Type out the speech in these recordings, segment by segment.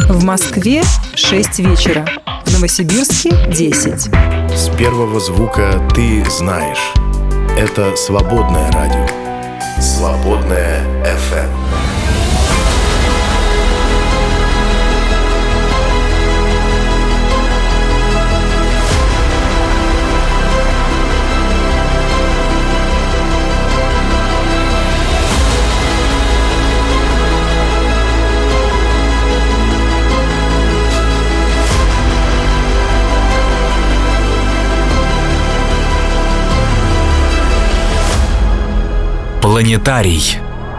В Москве 6 вечера. В Новосибирске 10. С первого звука ты знаешь. Это свободное радио. Свободное FM. Планетарий.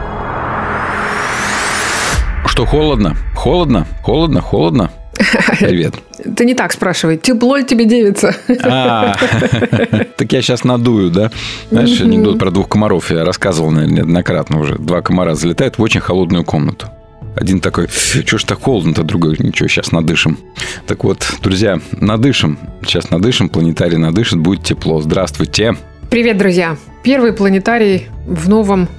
Что, холодно? Холодно? Холодно? Холодно? Привет. Ты не так спрашивай. Тепло ли тебе, девица? Так я сейчас надую, да? Знаешь, анекдот про двух комаров я рассказывал, наверное, неоднократно уже. Два комара залетают в очень холодную комнату. Один такой: что ж так холодно-то? Другой: ничего, сейчас надышим. Так вот, друзья, надышим. Сейчас надышим, планетарий надышит, будет тепло. Здравствуйте. Привет, друзья. Первый планетарий в новом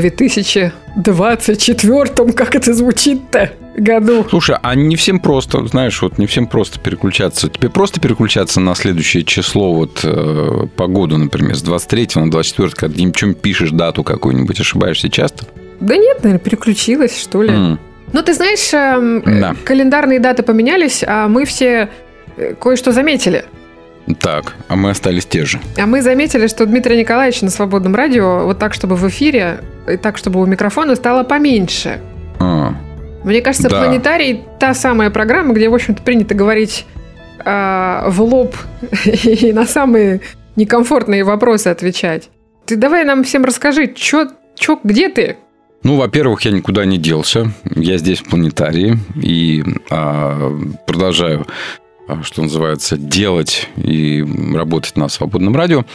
2024, как это звучит-то, году. Слушай, а не всем просто, знаешь, вот не всем просто переключаться. Тебе просто переключаться на следующее число, вот по году, например, с 23 на 24, когда ты ничем пишешь дату какую-нибудь, ошибаешься часто? Да нет, наверное, переключилась, что ли. Ну, ты знаешь, да. Календарные даты поменялись, а мы все кое-что заметили. Так, а мы остались те же. А мы заметили, что Дмитрий Николаевич на Свободном радио вот так, чтобы в эфире, и так, чтобы у микрофона стало поменьше. Мне кажется, да. Планетарий – та самая программа, где, в общем-то, принято говорить в лоб и на самые некомфортные вопросы отвечать. Ты давай нам всем расскажи, где ты? Ну, во-первых, я никуда не делся. Я здесь в Планетарии и продолжаю, что называется, делать и работать на Свободном радио.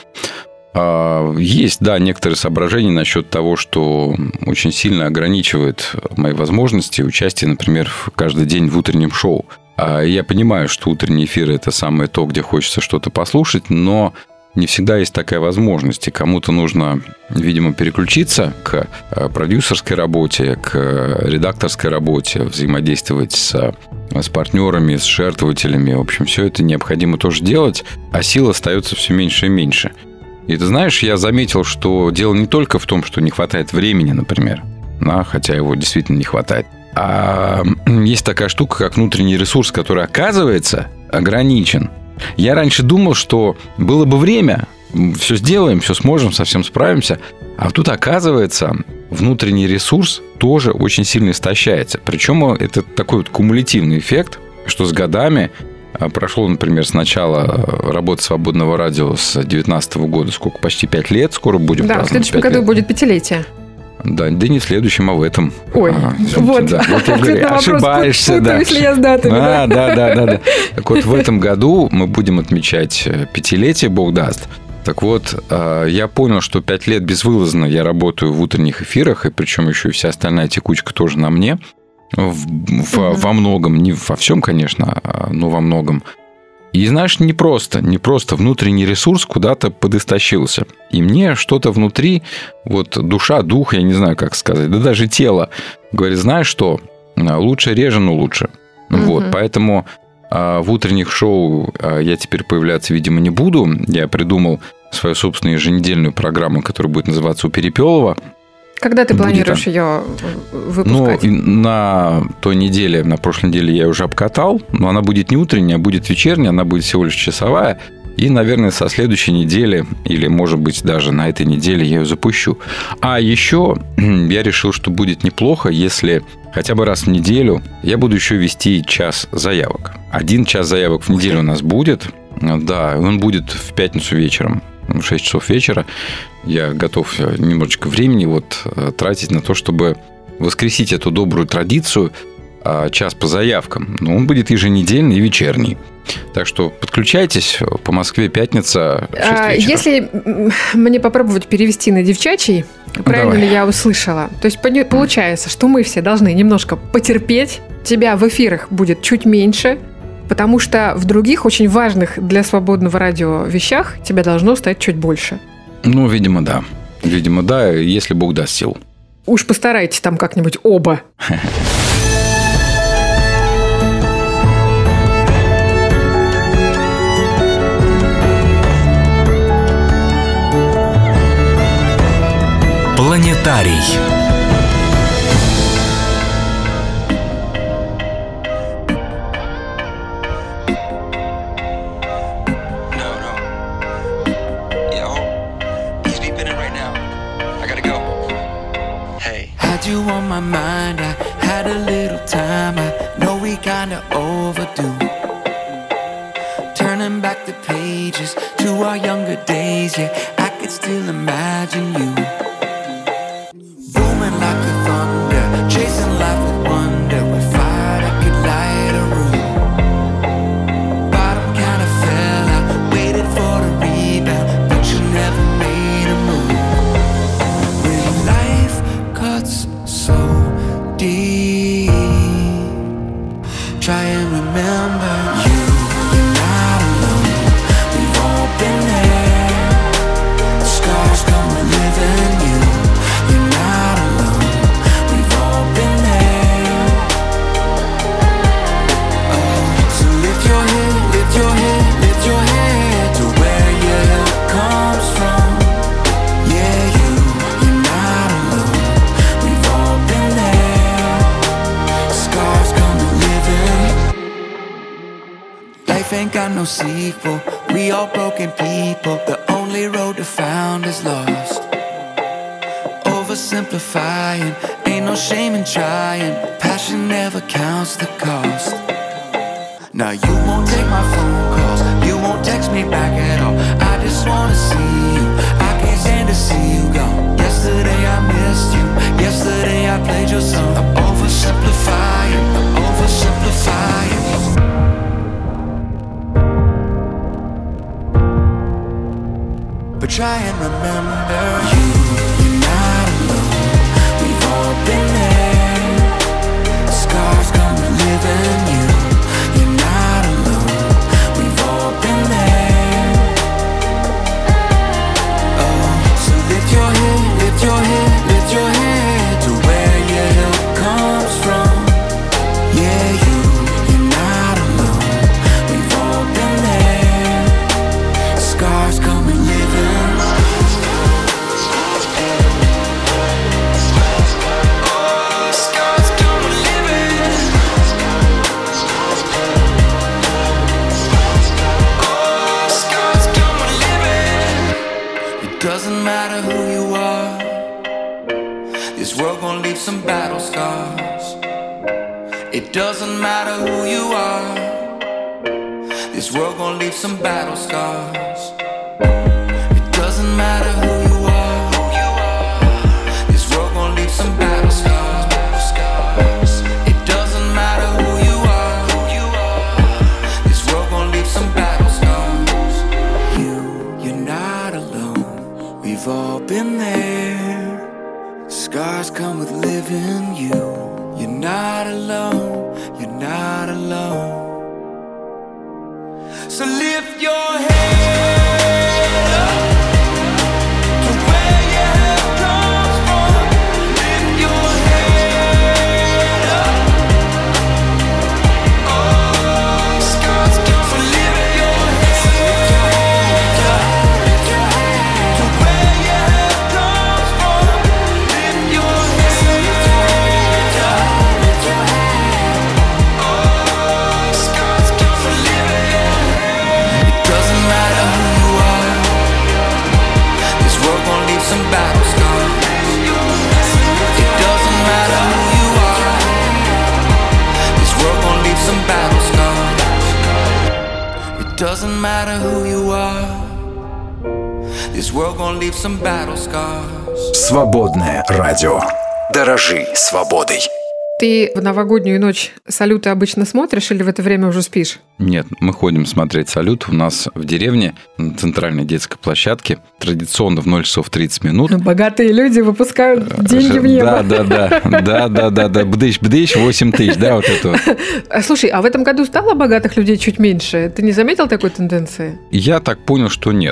Есть, да, некоторые соображения насчет того, что очень сильно ограничивает мои возможности участия, например, каждый день в утреннем шоу. Я понимаю, что утренний эфир – это самое то, где хочется что-то послушать, но не всегда есть такая возможность. И кому-то нужно, видимо, переключиться к продюсерской работе, к редакторской работе, взаимодействовать с партнерами, с жертвователями. В общем, все это необходимо тоже делать, а сил остается все меньше и меньше. И ты знаешь, я заметил, что дело не только в том, что не хватает времени, например, хотя его действительно не хватает, а есть такая штука, как внутренний ресурс, который, оказывается, ограничен. Я раньше думал, что было бы время, все сделаем, все сможем, совсем справимся. А тут, оказывается, внутренний ресурс тоже очень сильно истощается. Причем это такой вот кумулятивный эффект, что с годами прошло, например, с начала работы Свободного радио с 2019 года, сколько, почти 5 лет, скоро будем праздновать. Да, в следующем году будет 5-летие. Да не в следующем, а в этом. Ой, вот. Да. Вот я говорю, ошибаешься, да. Если я с датами, да. Так вот, в этом году мы будем отмечать 5-летие, Бог даст. Так вот, я понял, что 5 лет безвылазно я работаю в утренних эфирах, и причем еще и вся остальная текучка тоже на мне. Во многом, не во всем, конечно, но во многом. И, знаешь, не просто внутренний ресурс куда-то подистощился. И мне что-то внутри, вот душа, дух, я не знаю, как сказать, да даже тело, говорит: знаешь что, лучше реже, но лучше. Вот, поэтому в утренних шоу я теперь появляться, видимо, не буду. Я придумал свою собственную еженедельную программу, которая будет называться «У Перепелова». Когда ты планируешь ее выпускать? На той неделе, на прошлой неделе я уже обкатал, но она будет не утренняя, а будет вечерняя, она будет всего лишь часовая. И, наверное, со следующей недели, или, может быть, даже на этой неделе я ее запущу. А еще я решил, что будет неплохо, если хотя бы раз в неделю я буду еще вести час заявок. 1 час заявок в неделю у нас будет. Да, он будет в пятницу вечером. В 6 часов вечера. Я готов немножечко времени тратить на то, чтобы воскресить эту добрую традицию, час по заявкам. Но он будет еженедельный и вечерний. Так что подключайтесь, по Москве пятница, 6 вечера. Если мне попробовать перевести на девчачий, правильно ли я услышала? То есть получается, что мы все должны немножко потерпеть, тебя в эфирах будет чуть меньше, потому что в других очень важных для Свободного радио вещах тебя должно стать чуть больше. Ну, видимо, да. Видимо, да, если Бог даст сил. Уж постарайтесь там как-нибудь оба. Планетарий. You on my mind, I had a little time, I know we kinda overdue. Turning back the pages to our younger days, yeah, I could still imagine you. Booming like a thunder, chasing life with wonder, with fire that could light a room. Bottom kinda fell out, waited for the rebound, but you never made a move. When life cuts so deep, try and remember you, you're not alone. We've all been there. Scars come with living you. You're not alone. We've all been there. Oh, so lift your head, lift your head, lift your head to where your help comes from. Yeah, you're not alone. We've all been there. Scars come with living. Life ain't got no sequel. We all broken people. The only road to found is lost. Oversimplifying, ain't no shame in trying. Passion never counts the cost. Now you won't take my phone calls, you won't text me back at all. I just wanna see you, I can't stand to see you gone. Yesterday I missed you, yesterday I played your song. I'm oversimplifying, I'm oversimplifying. But try and remember you, you're not alone. We've all been there. Scars come with living you. You're not alone. We've all been there. Oh, so lift your head, lift your head, lift your head to where your help comes from. Yeah, you're not alone. We've all been there. Scars come with living. Doesn't matter who you are, this world gon' leave some battle scars. It doesn't matter who you are, this world gon' leave some battle scars. It doesn't matter who you are, this world gon' leave some battle scars. It doesn't matter who you are, this world gon' leave some battle scars. You're not alone. We've all been there. Scars come with living you. You're not alone. You're not alone. So lift your head up to where your help comes from. Lift your head up. Oh, scars come with living your head up. To where your help comes from. Lift your head up. Oh, scars come with living. It doesn't matter who you are, this world gon' leave some battle scars. It doesn't matter who you are, this world gon' leave some battle scars. It doesn't matter who you are, this world gon' leave some battle scars. Свободное радио. Дорожи свободой. Ты в новогоднюю ночь салюты обычно смотришь или в это время уже спишь? Нет, мы ходим смотреть салют. У нас в деревне, на центральной детской площадке, традиционно в 0 часов 30 минут. Богатые люди выпускают деньги в небо. Да. Бдыщ, 8 тысяч, да, вот это вот. Слушай, а в этом году стало богатых людей чуть меньше? Ты не заметил такой тенденции? Я так понял, что нет.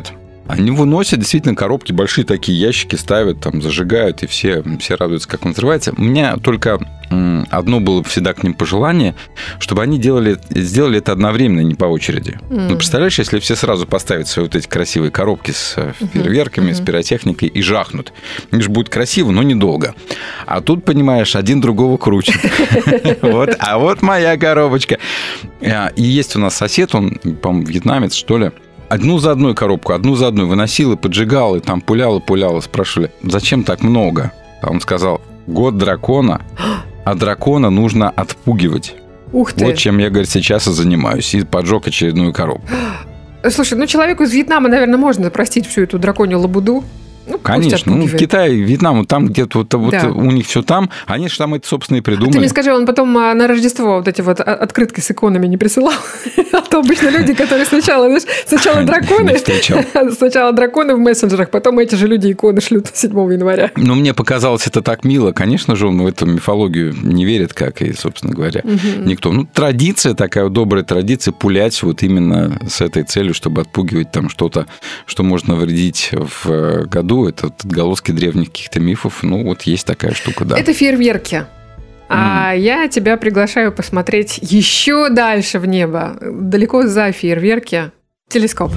Они выносят действительно коробки, большие такие ящики ставят, там зажигают, и все радуются, как он взрывается. У меня только одно было всегда к ним пожелание, чтобы они сделали это одновременно, не по очереди. Ну, представляешь, если все сразу поставят свои вот эти красивые коробки с фейерверками, с пиротехникой и жахнут. Их же будет красиво, но недолго. А тут, понимаешь, один другого круче. А вот моя коробочка. И есть у нас сосед, он, по-моему, вьетнамец, что ли. Одну за одной коробку, одну за одной выносил и поджигал, и там пулял. Спрашивали, зачем так много? А он сказал, год дракона, а дракона нужно отпугивать. Ух ты. Вот чем я, говорит, сейчас и занимаюсь. И поджег очередную коробку. Слушай, человеку из Вьетнама, наверное, можно простить всю эту драконью лабуду. Ну, конечно. Китай, Вьетнам, там где-то вот у них все там. Они же там это, собственно, и придумали. Ты мне скажи, он потом на Рождество вот эти вот открытки с иконами не присылал? А то обычно люди, которые сначала драконы, сначала драконы в мессенджерах, потом эти же люди иконы шлют 7 января. Но мне показалось это так мило. Конечно же, он в эту мифологию не верит, как и, собственно говоря, никто. Ну, традиция такая, добрая традиция, пулять вот именно с этой целью, чтобы отпугивать там что-то, что можно навредить в году. Это отголоски древних каких-то мифов. Ну, вот есть такая штука, да. Это фейерверки. А я тебя приглашаю посмотреть еще дальше в небо, далеко за фейерверки, телескоп.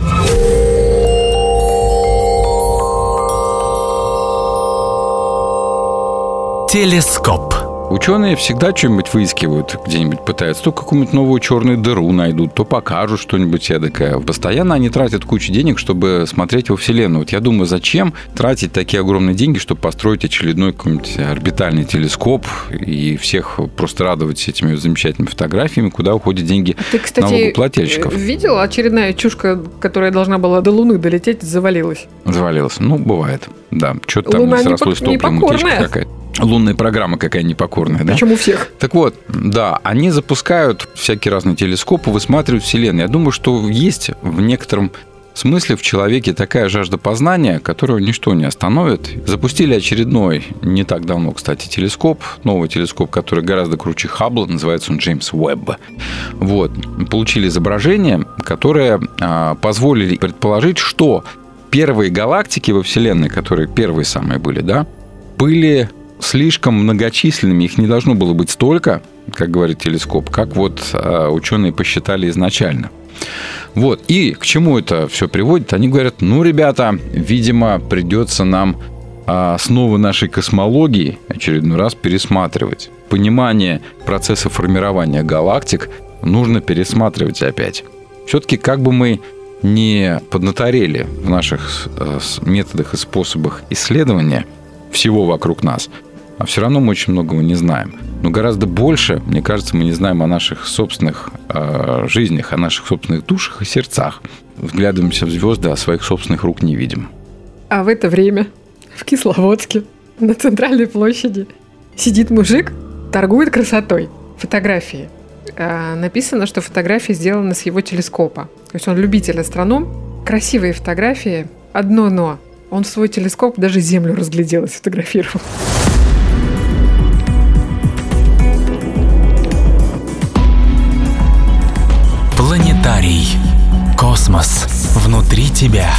Телескоп. Ученые всегда что-нибудь выискивают, где-нибудь пытаются. То какую-нибудь новую черную дыру найдут, то покажут что-нибудь эдакое. Постоянно они тратят кучу денег, чтобы смотреть во Вселенную. Вот я думаю, зачем тратить такие огромные деньги, чтобы построить очередной какой-нибудь орбитальный телескоп и всех просто радовать этими замечательными фотографиями, куда уходят деньги налогоплательщиков. Ты, видел, очередная чушка, которая должна была до Луны долететь, завалилась? Завалилась. Ну, бывает. Да, что-то там не срослось с топливом, утечка какая-то. Лунная программа какая непокорная, да? Причем у всех. Так вот, да, они запускают всякие разные телескопы, высматривают Вселенную. Я думаю, что есть в некотором смысле в человеке такая жажда познания, которую ничто не остановит. Запустили очередной, не так давно, кстати, телескоп, новый телескоп, который гораздо круче Хаббла, называется он Джеймс Уэбб. Вот, получили изображения, которые позволили предположить, что первые галактики во Вселенной, которые первые самые были, да, были слишком многочисленными, их не должно было быть столько, как говорит телескоп, как вот ученые посчитали изначально. Вот. И к чему это все приводит? Они говорят, ну, ребята, видимо, придется нам основы нашей космологии очередной раз пересматривать. Понимание процесса формирования галактик нужно пересматривать опять. Все-таки как бы мы не поднаторели в наших методах и способах исследования всего вокруг нас, а все равно мы очень многого не знаем. Но гораздо больше, мне кажется, мы не знаем о наших собственных жизнях, о наших собственных душах и сердцах. Вглядываемся в звезды, а своих собственных рук не видим. А в это время в Кисловодске на центральной площади сидит мужик, торгует красотой. Фотографии. Написано, что фотографии сделаны с его телескопа. То есть он любитель астроном. Красивые фотографии. Одно но. Он в свой телескоп даже Землю разглядел и сфотографировал. Планетарий. Космос внутри тебя.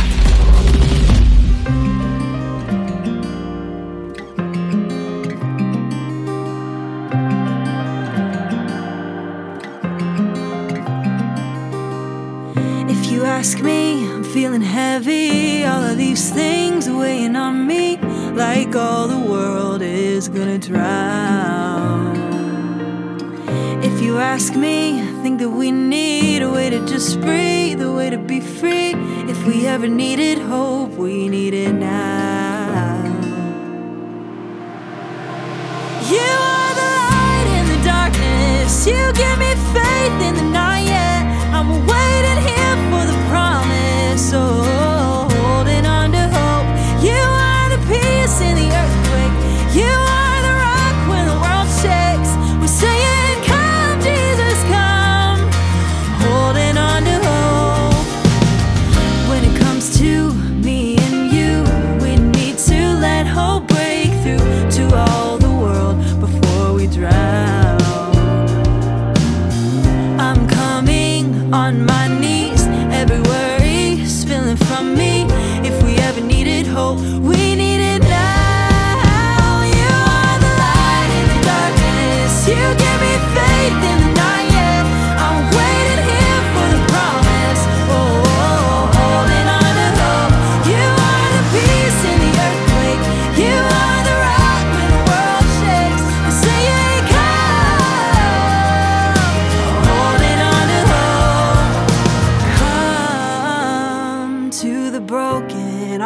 If you ask me, I'm feeling heavy. All of these things weighing on me, like all the world is gonna drown. If you ask me, I think that we need a way to just breathe, a way to be free. If we ever needed hope, we need it now. You are the light in the darkness. You give me faith in the night, yeah. I'm waiting here for the promise, oh, holding on to hope. You are the peace in the earthquake. You are the rock when the world shakes. We're saying, come, Jesus, come, holding on to hope. When it comes to me and you, we need to let hope break through to all the world before we drown. I'm coming on my knees, every worry spilling from me.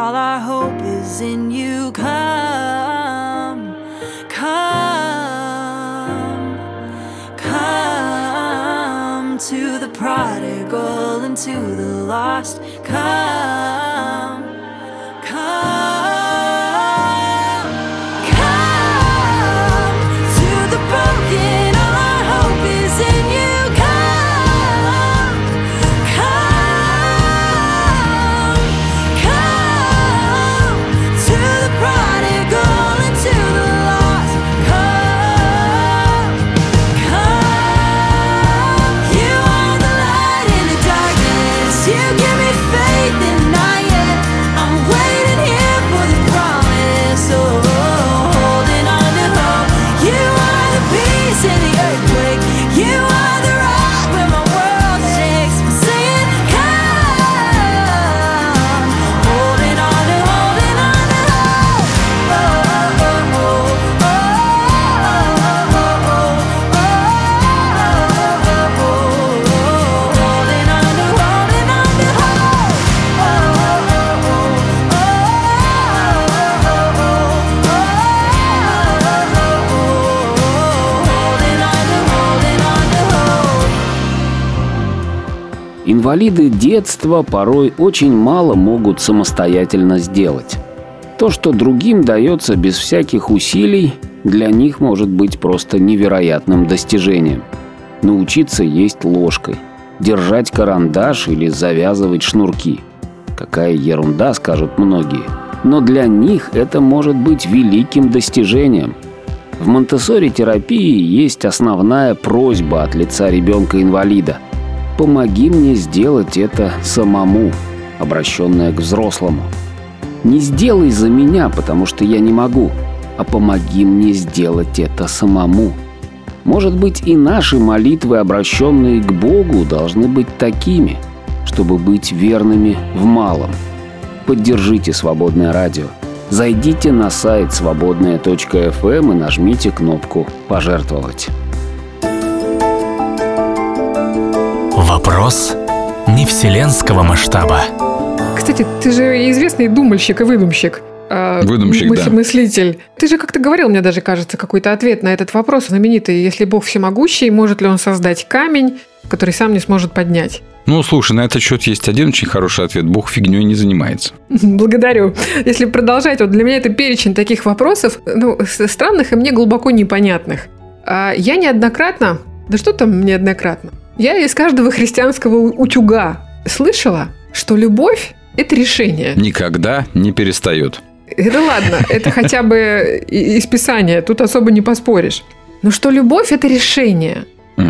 all our hope is in you. Come, come, come to the prodigal and to the lost. Come, come, come to the broken. All our hope is in you. Come, come, come to the prodigal and to the lost. Come, come. You are the light in the darkness. You give me faith in not yet. I'm waiting here for the promise. Oh, holding on to hope. You are the peace in the earthquake. You are the rock when my world shakes. I'm saying, come, holding on to hope. Oh, oh, oh, oh, oh, holding on to hope. Инвалиды детства порой очень мало могут самостоятельно сделать. То, что другим дается без всяких усилий, для них может быть просто невероятным достижением. Научиться есть ложкой, держать карандаш или завязывать шнурки. Какая ерунда, скажут многие. Но для них это может быть великим достижением. В Монтессори-терапии есть основная просьба от лица ребенка-инвалида. «Помоги мне сделать это самому», обращенная к взрослому. Не сделай за меня, потому что я не могу, а помоги мне сделать это самому. Может быть, и наши молитвы, обращенные к Богу, должны быть такими, чтобы быть верными в малом. Поддержите «Свободное радио». Зайдите на сайт свободная.fm и нажмите кнопку «Пожертвовать». Вопрос не вселенского масштаба. Кстати, ты же известный думальщик и выдумщик. Выдумщик, да. Мыслитель. Ты же как-то говорил, мне даже кажется, какой-то ответ на этот вопрос знаменитый. Если Бог всемогущий, может ли он создать камень, который сам не сможет поднять? Ну, слушай, на этот счет есть один очень хороший ответ. Бог фигней не занимается. Благодарю. Если продолжать, вот для меня это перечень таких вопросов, странных и мне глубоко непонятных. Я неоднократно, да что там неоднократно, я из каждого христианского утюга слышала, что любовь – это решение. Никогда не перестает. Это ладно, это хотя бы из Писания, тут особо не поспоришь. Но что любовь – это решение.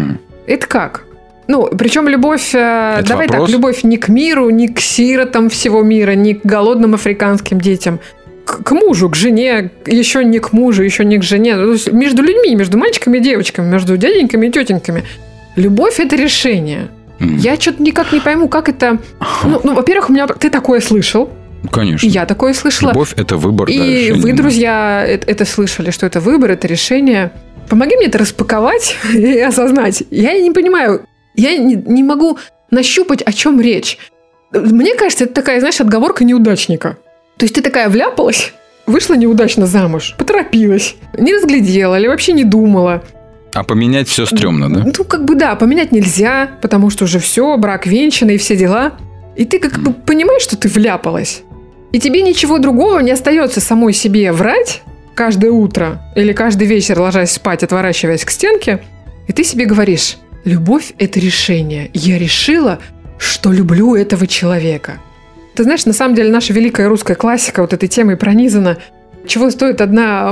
Это как? Причем любовь, давай вопрос? Так, любовь не к миру, не к сиротам всего мира, не к голодным африканским детям, к мужу, к жене, еще не к мужу, еще не к жене. То есть между людьми, между мальчиками и девочками, между дяденьками и тетеньками. Любовь – это решение. Я что-то никак не пойму, как это... Во-первых, ты такое слышал. Конечно. Я такое слышала. Любовь – это выбор. И вы, друзья, это слышали, что это выбор, это решение. Помоги мне это распаковать и осознать. Я не понимаю, я не могу нащупать, о чем речь. Мне кажется, это такая, знаешь, отговорка неудачника. То есть ты такая вляпалась, вышла неудачно замуж, поторопилась, не разглядела или вообще не думала. А поменять все стрёмно, да? Да, поменять нельзя, потому что уже все, брак венчанный и все дела. И ты как бы понимаешь, что ты вляпалась. И тебе ничего другого не остается самой себе врать каждое утро или каждый вечер, ложась спать, отворачиваясь к стенке. И ты себе говоришь: любовь – это решение. Я решила, что люблю этого человека. Ты знаешь, на самом деле наша великая русская классика вот этой темой пронизана. Чего стоит одна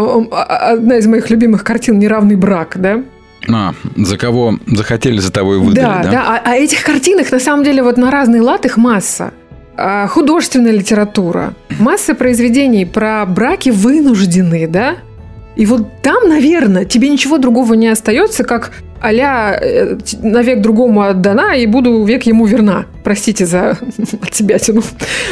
из моих любимых картин «Неравный брак», да? За кого захотели, за того и выдали, да? Да. А этих картинок, на самом деле, вот на разный лад их масса. Художественная литература, масса произведений про браки вынужденные, да? И вот там, наверное, тебе ничего другого не остается, как а-ля навек другому отдана и буду век ему верна. Простите за отсебятину.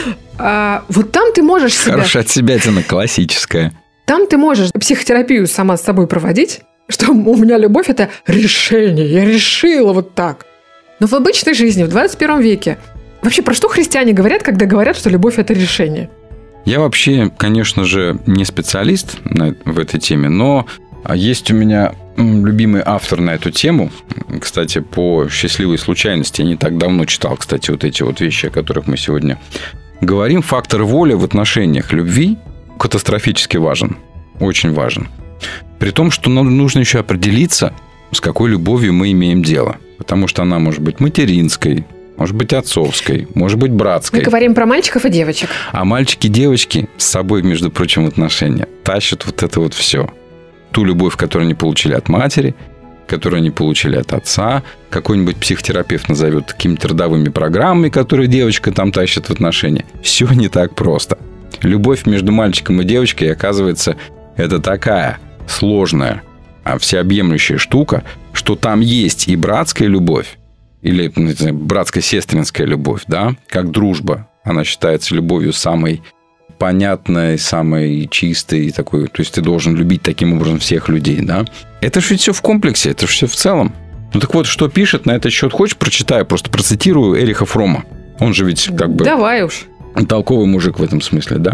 Вот там ты можешь себя... Хорошая отсебятина, классическая. Там ты можешь психотерапию сама с собой проводить, что у меня любовь – это решение, я решила вот так. Но в обычной жизни, в 21 веке, вообще про что христиане говорят, когда говорят, что любовь – это решение? Я вообще, конечно же, не специалист в этой теме, но есть у меня любимый автор на эту тему. Кстати, по счастливой случайности, я не так давно читал, кстати, вот эти вот вещи, о которых мы сегодня говорим. Фактор воли в отношениях любви катастрофически важен, очень важен. При том, что нам нужно еще определиться, с какой любовью мы имеем дело. Потому что она может быть материнской, может быть отцовской, может быть братской. Мы говорим про мальчиков и девочек. А мальчики и девочки с собой, между прочим, в отношения тащат вот это вот все. Ту любовь, которую они получили от матери, которую они получили от отца. Какой-нибудь психотерапевт назовет какими-то родовыми программами, которые девочка там тащит в отношения. Все не так просто. Любовь между мальчиком и девочкой, оказывается, это такая сложная, всеобъемлющая штука, что там есть и братская любовь, или братско-сестринская любовь, да, как дружба. Она считается любовью самой понятной, самой чистой такой. То есть ты должен любить таким образом всех людей, да. Это же ведь все в комплексе, это же все в целом. Ну так вот, что пишет на этот счет, хочешь, прочитаю, просто процитирую Эриха Фромма. Он же ведь как бы... Давай уж. Толковый мужик в этом смысле, да.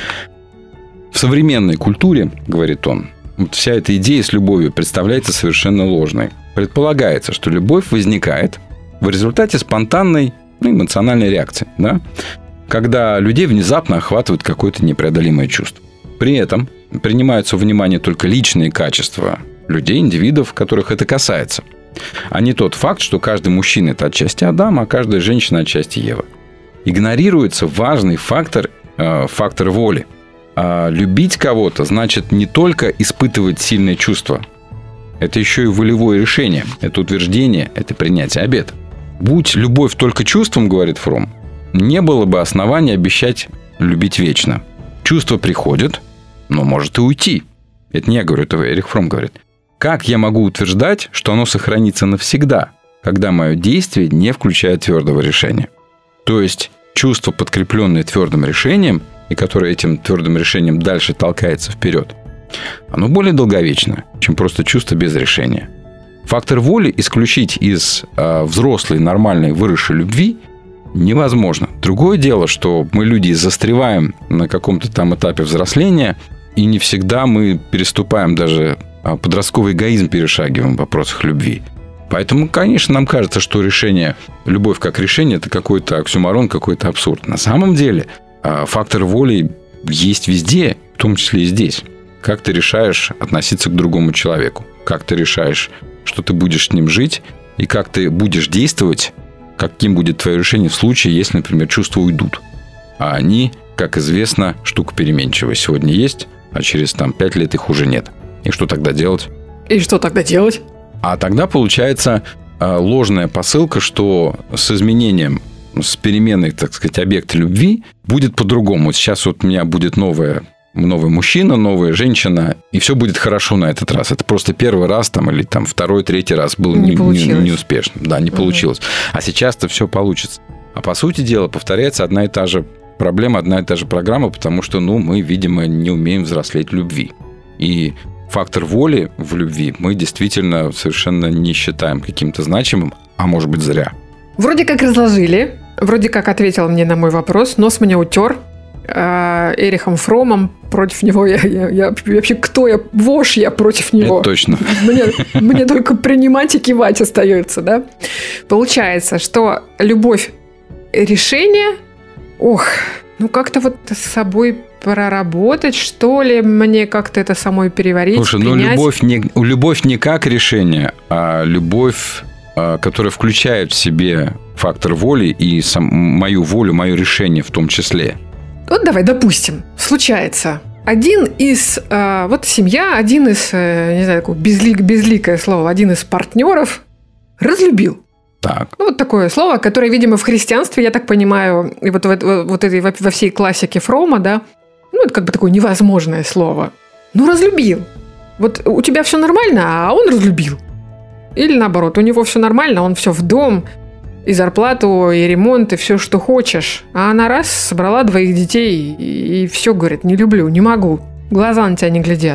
В современной культуре, говорит он, вот вся эта идея с любовью представляется совершенно ложной. Предполагается, что любовь возникает в результате спонтанной эмоциональной реакции, да? Когда людей внезапно охватывает какое-то непреодолимое чувство. При этом принимаются во внимание только личные качества людей, индивидов, которых это касается, а не тот факт, что каждый мужчина – это отчасти Адам, а каждая женщина – отчасти Ева. Игнорируется важный фактор воли. А любить кого-то значит не только испытывать сильные чувства. Это еще и волевое решение, это утверждение, это принятие обета. Будь любовь только чувством, говорит Фромм, не было бы основания обещать любить вечно. Чувство приходит, но может и уйти. Это не я говорю, это Эрих Фромм говорит. Как я могу утверждать, что оно сохранится навсегда, когда мое действие не включает твердого решения? То есть чувство, подкрепленное твердым решением, и которое этим твердым решением дальше толкается вперед, оно более долговечно, чем просто чувство без решения. Фактор воли исключить из взрослой, нормальной, выросшей любви невозможно. Другое дело, что мы, люди, застреваем на каком-то там этапе взросления, и не всегда мы переступаем даже подростковый эгоизм, перешагиваем в вопросах любви. Поэтому, конечно, нам кажется, что решение, любовь как решение, это какой-то оксюморон, какой-то абсурд. На самом деле фактор воли есть везде, в том числе и здесь. Как ты решаешь относиться к другому человеку, как ты решаешь, что ты будешь с ним жить, и как ты будешь действовать, каким будет твое решение в случае, если, например, чувства уйдут. А они, как известно, штука переменчивая. Сегодня есть, а через 5 лет их уже нет. И что тогда делать? И что тогда делать? А тогда получается ложная посылка, что с изменением, с переменой, так сказать, объекта любви будет по-другому. Вот сейчас вот у меня будет новый мужчина, новая женщина, и все будет хорошо на этот раз. Это просто первый раз или второй, третий раз был неуспешно. Да, не получилось. А сейчас-то все получится. А по сути дела повторяется одна и та же проблема, одна и та же программа, потому что, мы, видимо, не умеем взрослеть в любви. И фактор воли в любви мы действительно совершенно не считаем каким-то значимым, а может быть зря. Вроде как разложили, вроде как ответил мне на мой вопрос, нос мне утер. Эрихом Фроммом, против него я вообще кто я? Вошь я против него. Это точно. Мне только принимать и кивать остается, да? Получается, что любовь решение, как-то вот с собой проработать, что ли, мне как-то это самой переварить, слушай, принять. Любовь не как решение, а любовь, которая включает в себе фактор воли и мою волю, мое решение в том числе. Вот давай, допустим, случается. Один из, семья, один из, не знаю, такое безликое слово, один из партнеров разлюбил. Так. Вот такое слово, которое, видимо, в христианстве, я так понимаю, и вот этой во всей классике Фромма, да, это как бы такое невозможное слово. Разлюбил. Вот у тебя все нормально, а он разлюбил. Или наоборот, у него все нормально, он все в дом, и зарплату, и ремонт, и все, что хочешь. А она раз собрала 2 детей, и все, говорит, не люблю, не могу. Глаза на тебя не глядят.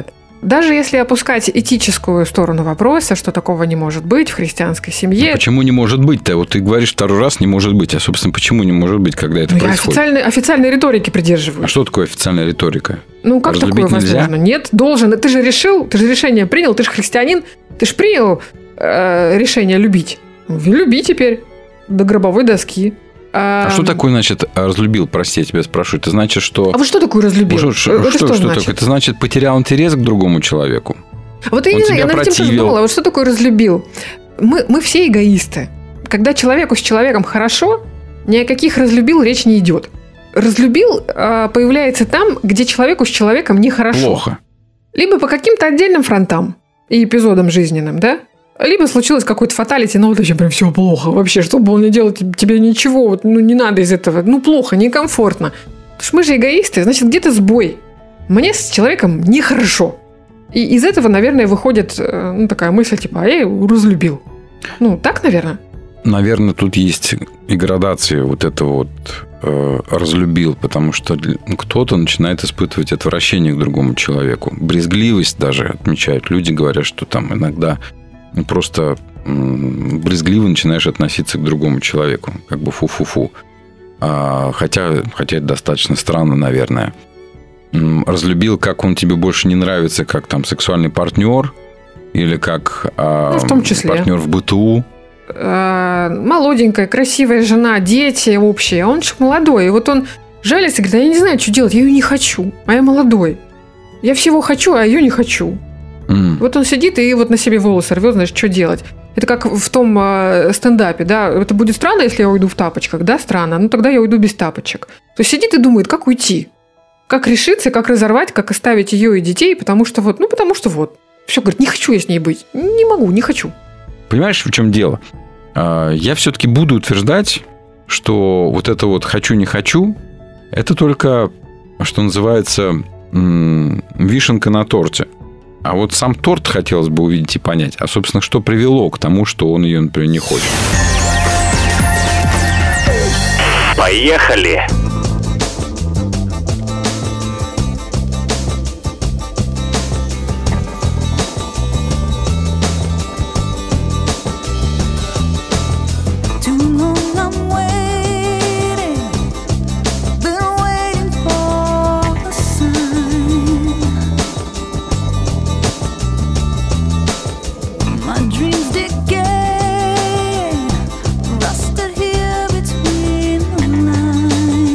даже если опускать этическую сторону вопроса, что такого не может быть в христианской семье... Почему не может быть-то? Вот ты говоришь второй раз не может быть. А, собственно, почему не может быть, когда это происходит? Я официальной риторики придерживаюсь. А что такое официальная риторика? Как такое возможно? Нет, должен. Ты же решение принял, ты же христианин, ты же принял решение любить. Люби теперь до гробовой доски. А что такое, значит, разлюбил? Прости, я тебя спрошу. Это значит, что... А вот что такое разлюбил? Что такое? Это значит, потерял интерес к другому человеку. Вот я не знаю, я над этим тоже думала. Вот что такое разлюбил? Мы все эгоисты. Когда человеку с человеком хорошо, ни о каких разлюбил речь не идет. Разлюбил появляется там, где человеку с человеком нехорошо. Плохо. Либо по каким-то отдельным фронтам и эпизодам жизненным, да? Либо случилось какое-то фаталити, вообще прям все плохо. Вообще, что бы он ни делал, тебе ничего, не надо из этого. Плохо, некомфортно. Потому что мы же эгоисты, значит, где-то сбой. Мне с человеком нехорошо. И из этого, наверное, выходит такая мысль, а я его разлюбил. Так, наверное? Наверное, тут есть и градации вот этого разлюбил, потому что кто-то начинает испытывать отвращение к другому человеку. Брезгливость даже отмечают. Люди говорят, что там иногда... просто брезгливо начинаешь относиться к другому человеку. Как бы фу-фу-фу. Хотя это достаточно странно, наверное. Разлюбил, как он тебе больше не нравится, как там сексуальный партнер или как в том числе партнер в быту. Молоденькая, красивая жена, дети общие. А он же молодой. И вот он жалится, говорит, я не знаю, что делать. Я ее не хочу, а я молодой. Я всего хочу, а ее не хочу. Вот он сидит и вот на себе волосы рвет, знаешь, что делать. Это как в том стендапе, да, это будет странно, если я уйду в тапочках, да, странно, тогда я уйду без тапочек. То есть сидит и думает, как уйти, как решиться, как разорвать, как оставить ее и детей, потому что вот. Все, говорит, не хочу я с ней быть, не могу, не хочу. Понимаешь, в чем дело? Я все-таки буду утверждать, что вот это вот хочу-не хочу, это только, что называется, вишенка на торте. А вот сам торт хотелось бы увидеть и понять. А, собственно, что привело к тому, что он ее, например, не хочет. Поехали! Rusted here between the lines.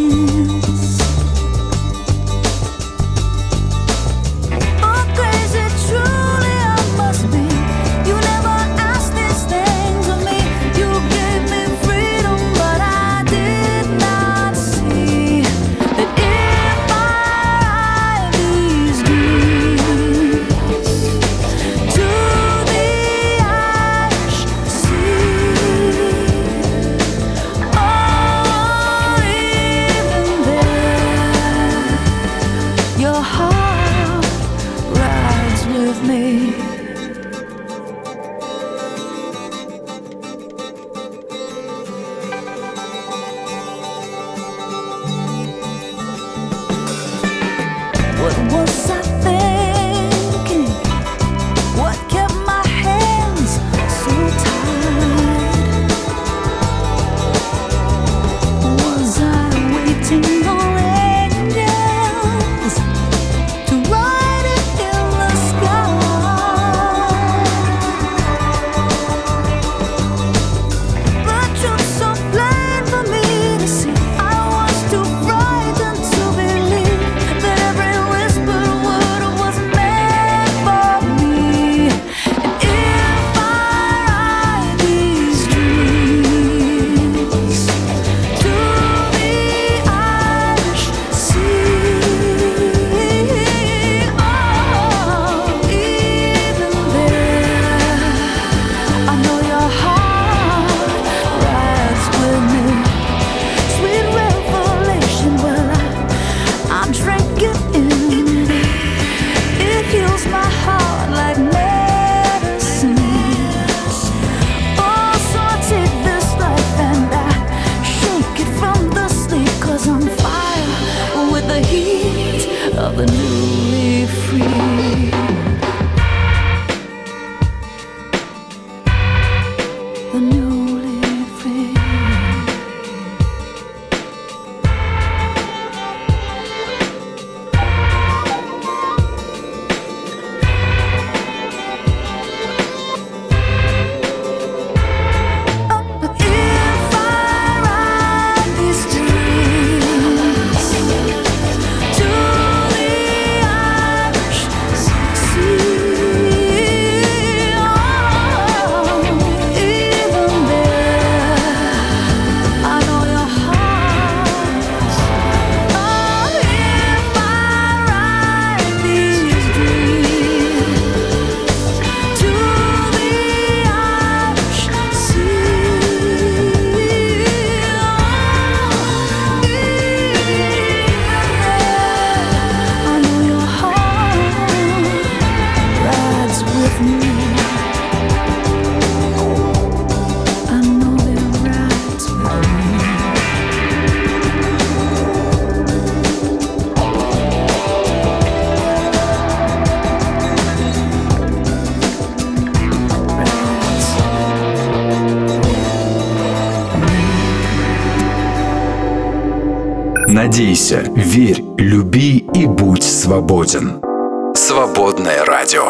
Надейся, верь, люби и будь свободен. Свободное радио.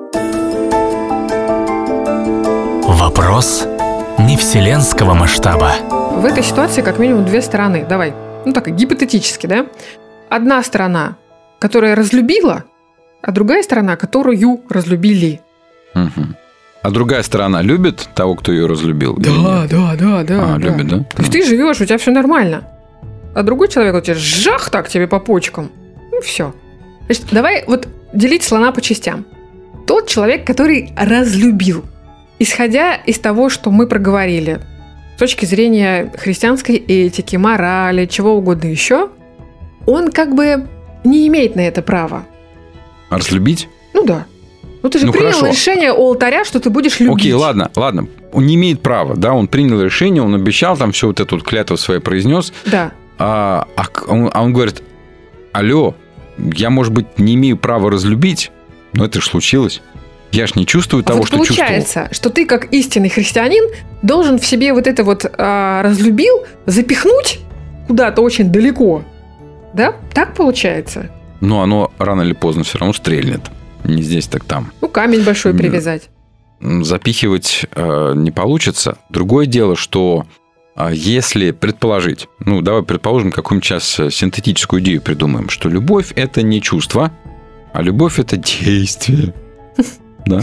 Вопрос не вселенского масштаба. В этой ситуации как минимум две стороны. Давай, так, гипотетически, да? Одна сторона, которая разлюбила, а другая сторона, которую разлюбили. Угу. А другая сторона любит того, кто ее разлюбил? Да. Любит, да? То есть ты живешь, у тебя все нормально. А другой человек у тебя жах так тебе по почкам. Все. Значит, давай вот делить слона по частям. Тот человек, который разлюбил, исходя из того, что мы проговорили, с точки зрения христианской этики, морали, чего угодно еще, он как бы не имеет на это права. А разлюбить? Да. Ты же принял решение у алтаря, что ты будешь любить. Окей, ладно. Он не имеет права, да, он принял решение, он обещал, там все вот эту клятву свою произнес. Да. А он говорит: алло, я, может быть, не имею права разлюбить, но это же случилось. Я ж не чувствую того, что чувствовал. Получается, что ты, как истинный христианин, должен в себе вот это вот разлюбил запихнуть куда-то очень далеко. Да? Так получается? Оно рано или поздно все равно стрельнет. Не здесь, так там. Камень большой привязать. Запихивать не получится. Другое дело, что если предположить, давай предположим, какую-нибудь сейчас синтетическую идею придумаем, что любовь – это не чувство, а любовь – это действие. Да?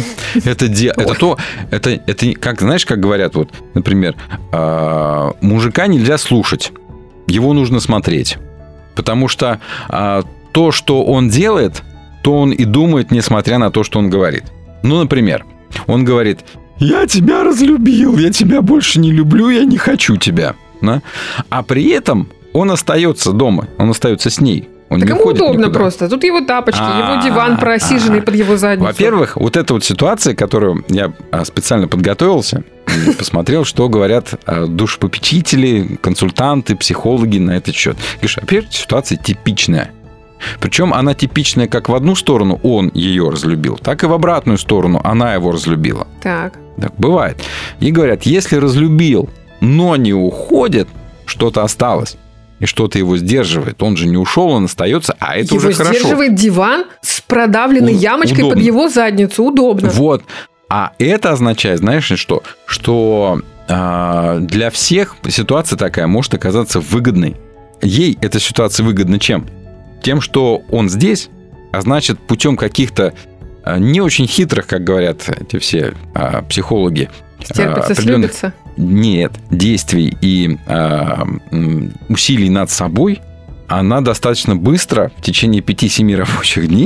Это как, знаешь, как говорят, вот, например, мужика нельзя слушать, его нужно смотреть. Потому что то, что он делает, то он и думает, несмотря на то, что он говорит. Например, он говорит: я тебя разлюбил, я тебя больше не люблю, я не хочу тебя. Да? А при этом он остается дома, он остается с ней. Он так не ему удобно никуда. Просто. Тут его тапочки, его диван просиженный под его задницу. Во-первых, вот эта вот ситуация, которую я специально подготовился, посмотрел, что говорят душепопечители, консультанты, психологи на этот счет. Говоришь, во-первых, ситуация типичная. Причем она типичная как в одну сторону он ее разлюбил, так и в обратную сторону она его разлюбила. Так бывает. И говорят, если разлюбил, но не уходит, что-то осталось. И что-то его сдерживает. Он же не ушел, он остается, а это его уже хорошо. Его сдерживает диван с продавленной ямочкой под его задницу. Удобно. Вот. А это означает, знаешь, что? Что для всех ситуация такая может оказаться выгодной. Ей эта ситуация выгодна чем? Тем, что он здесь, а значит, путем каких-то не очень хитрых, как говорят эти все психологи. Стерпится, слюбится? Нет, действий и усилий над собой, она достаточно быстро, в течение 5-7 рабочих дней,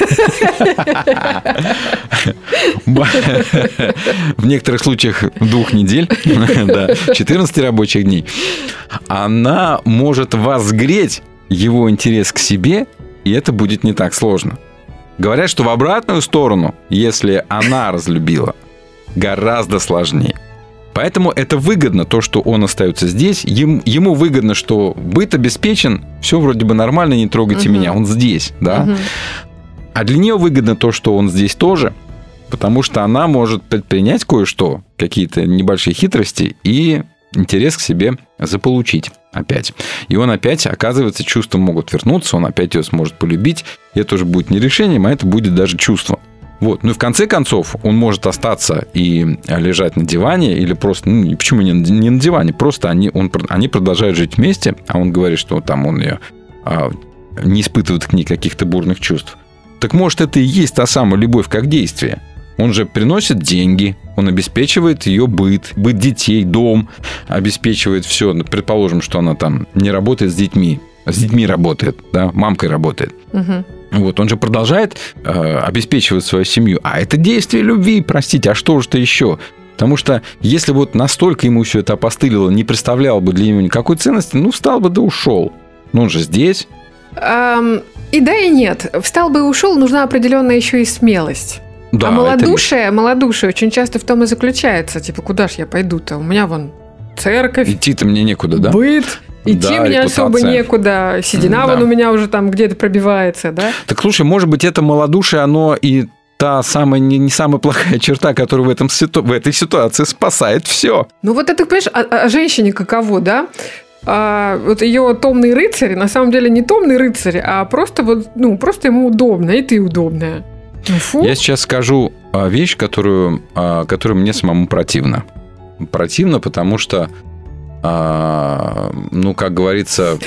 в некоторых случаях 2 недель, 14 рабочих дней, она может возгреть его интерес к себе, и это будет не так сложно. Говорят, что в обратную сторону, если она разлюбила, гораздо сложнее. Поэтому это выгодно, то, что он остается здесь. Ему выгодно, что быт обеспечен, все вроде бы нормально, не трогайте меня, он здесь, да. А для нее выгодно то, что он здесь тоже, потому что она может предпринять кое-что, какие-то небольшие хитрости и интерес к себе заполучить опять. И он опять, оказывается, чувства могут вернуться, он опять ее сможет полюбить. И это уже будет не решением, а это будет даже чувство. Вот. Ну и в конце концов он может остаться и лежать на диване, или просто, почему не на диване, просто они продолжают жить вместе, а он говорит, что там он ее не испытывает к ней каких-то бурных чувств. Так может, это и есть та самая любовь как действие. Он же приносит деньги, он обеспечивает ее быт детей, дом, обеспечивает все. Предположим, что она там не работает с детьми работает, да, мамкой работает. Вот, он же продолжает обеспечивать свою семью. А это действие любви, простите, а что же-то еще? Потому что если вот настолько ему все это опостылило, не представляло бы для него никакой ценности, встал бы да ушел. Но он же здесь. И да, и нет. Встал бы и ушел, нужна определенная еще и смелость. Да, а малодушие очень часто в том и заключается. Типа, куда ж я пойду-то? У меня вон церковь. Идти-то мне некуда, да? Быт. Идти мне особо некуда. Седина вон у меня уже там где-то пробивается, да? Так, слушай, может быть, это малодушие, оно и та самая не самая плохая черта, которая в этой ситуации спасает все. Ну вот это, понимаешь, о женщине каково, да? вот ее томный рыцарь, на самом деле не томный рыцарь, а просто вот, просто ему удобно, и ты удобная. Фу. Я сейчас скажу вещь, которую мне самому противно. Противно, потому что, как говорится...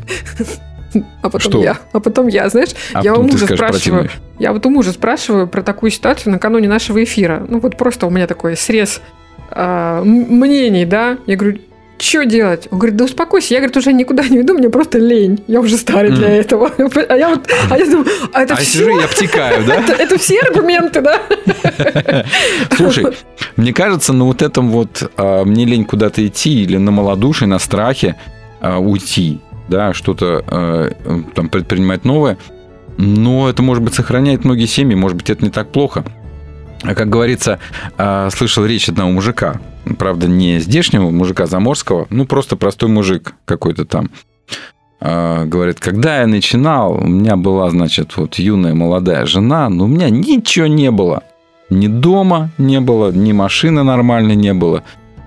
А потом я, знаешь, я у мужа спрашиваю. Я вот у мужа спрашиваю про такую ситуацию накануне нашего эфира. Вот просто у меня такой срез мнений, да. Я говорю, что делать? Он говорит, да успокойся. Я, говорит, уже никуда не иду, мне просто лень. Я уже старый для этого. А я думаю, это все? Я обтекаю, да? Это все аргументы, да? Слушай, мне кажется, вот этом вот мне лень куда-то идти или на малодушие, на страхе уйти, да, что-то там предпринимать новое, но это, может быть, сохраняет многие семьи, может быть, это не так плохо. Как говорится, слышал речь одного мужика, правда, не здешнего мужика заморского, просто простой мужик какой-то там. Говорит, когда я начинал, у меня была, значит, вот юная молодая жена, но у меня ничего не было. Ни дома не было, ни машины нормальной не было,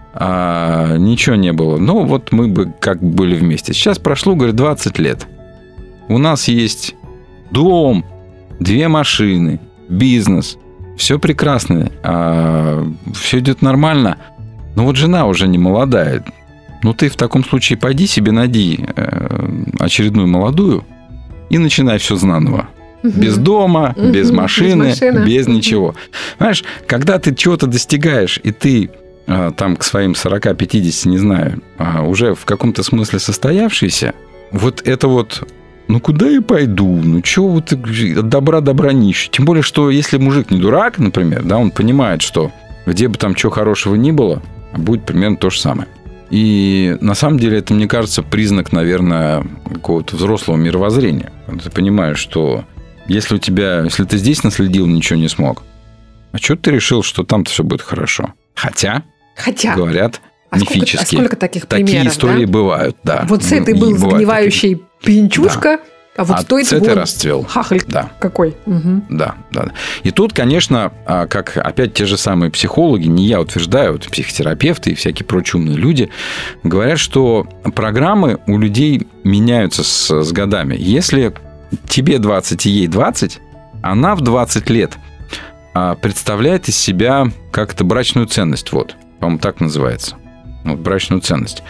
ничего не было. Вот мы бы как были вместе. Сейчас прошло, говорит, 20 лет. У нас есть дом, 2 машины, бизнес. Все прекрасно, все идет нормально, но вот жена уже не молодая. Ты в таком случае пойди себе найди очередную молодую и начинай все заново. Без дома, без машины, без ничего. Понимаешь, когда ты чего-то достигаешь, и ты там к своим 40-50, не знаю, уже в каком-то смысле состоявшийся, вот это вот... куда я пойду? Чего вот от добра нищий? Тем более, что если мужик не дурак, например, да, он понимает, что где бы там чего хорошего ни было, будет примерно то же самое. И на самом деле это, мне кажется, признак, наверное, какого-то взрослого мировоззрения. Ты понимаешь, что если ты здесь наследил, ничего не смог, а что ты решил, что там-то все будет хорошо? Хотя. Говорят, мифически. Сколько таких примеров, такие истории бывают, да. Вот с этой был сгнивающий пьянчушка, да. А вот с этой расцвел. Хахаль какой. Угу. Да. И тут, конечно, как опять те же самые психологи, не я утверждаю, вот психотерапевты и всякие прочие умные люди, говорят, что программы у людей меняются с годами. Если тебе 20 и ей 20, она в 20 лет представляет из себя как-то брачную ценность. Вот, по-моему, так называется. Брачную ценность.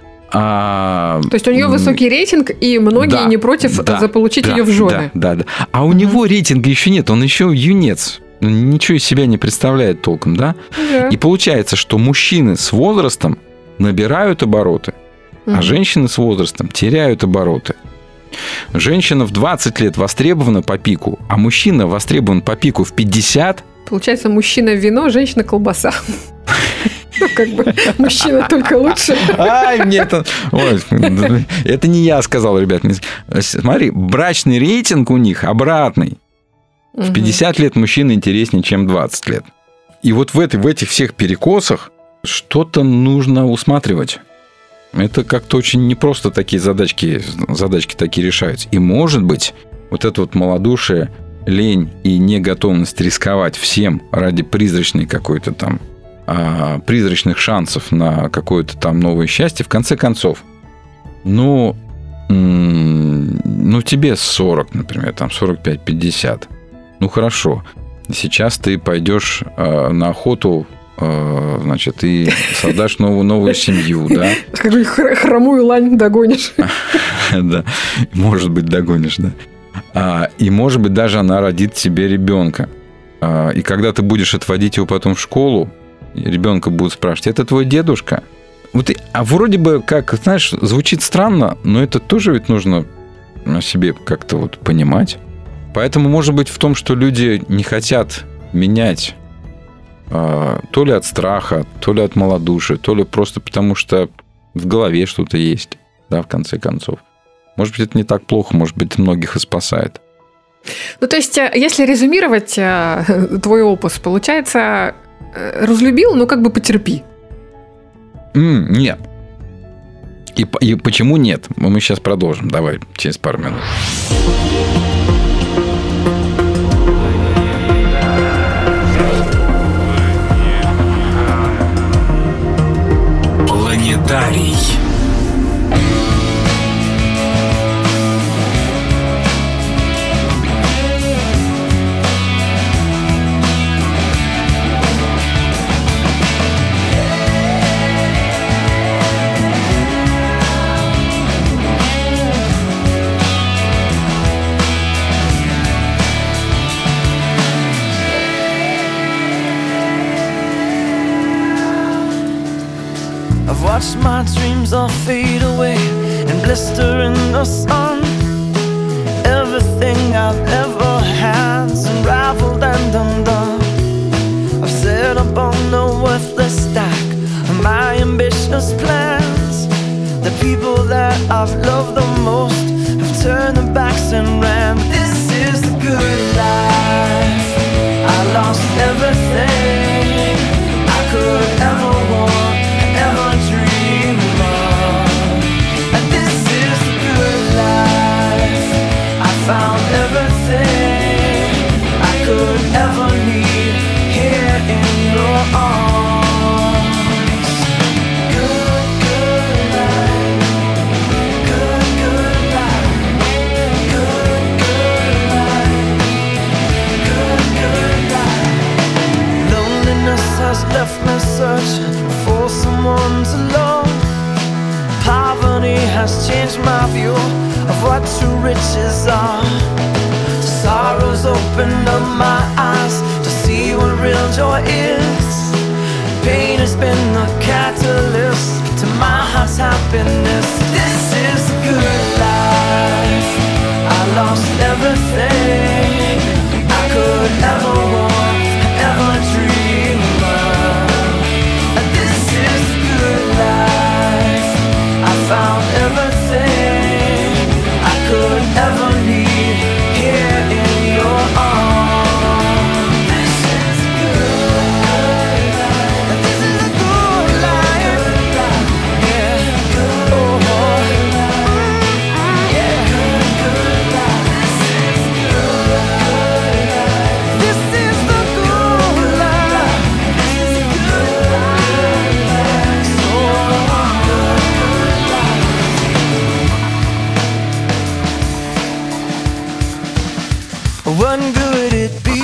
То есть у нее высокий рейтинг, и многие не против заполучить ее в жены. Да. А у него рейтинга еще нет, он еще юнец. Ничего из себя не представляет толком, да? И получается, что мужчины с возрастом набирают обороты, а женщины с возрастом теряют обороты. Женщина в 20 лет востребована по пику, а мужчина востребован по пику в 50. Получается, мужчина вино, женщина колбаса. Мужчина только лучше. Это не я сказал, ребят. Смотри, брачный рейтинг у них обратный. В 50 лет мужчина интереснее, чем 20 лет. И вот в этих всех перекосах что-то нужно усматривать. Это как-то очень непросто такие задачки такие решаются. И, может быть, вот это вот малодушие, лень и неготовность рисковать всем ради призрачной какой-то там призрачных шансов на какое-то там новое счастье, в конце концов, тебе 40, например, там 45-50. Хорошо. Сейчас ты пойдешь на охоту, значит, и создашь новую семью, да? Какую хромую лань догонишь. Да, может быть, догонишь, да. И, может быть, даже она родит тебе ребенка. И когда ты будешь отводить его потом в школу, ребенка будут спрашивать, это твой дедушка? А вроде бы, как, знаешь, звучит странно, но это тоже ведь нужно себе как-то вот понимать. Поэтому, может быть, в том, что люди не хотят менять то ли от страха, то ли от малодушия, то ли просто потому, что в голове что-то есть, да, в конце концов. Может быть, это не так плохо, может быть, многих и спасает. То есть, если резюмировать твой опус, получается, разлюбил, но как бы потерпи. Нет. И почему нет? Мы сейчас продолжим. Давай, через пару минут. Планетарий. Watch my dreams all fade away and blister in the sun. Everything I've ever had's unraveled and undone. I've set up on a worthless stack of my ambitious plans. The people that I've loved the most have turned their backs and ran. This is the good life. I lost everything I could ever want, ever dream of. And this is the good life. I found everything I could ever need here in your arms. Good, good life. Good, good life. Good, good life. Good, good life. Loneliness has left me searching for someone to love. Poverty has changed my view of what true riches are. Sorrow's opened up my eyes to see what real joy is. Pain has been the catalyst to my heart's happiness. This is the good life. I lost everything I could ever want, ever dream of. And this is the good life. I found everything I could ever need here in your arms. This is the good life. And this is the good life. Yeah. Oh, yeah. Good life. This is the good life. This is the good life. So good life. What good would it be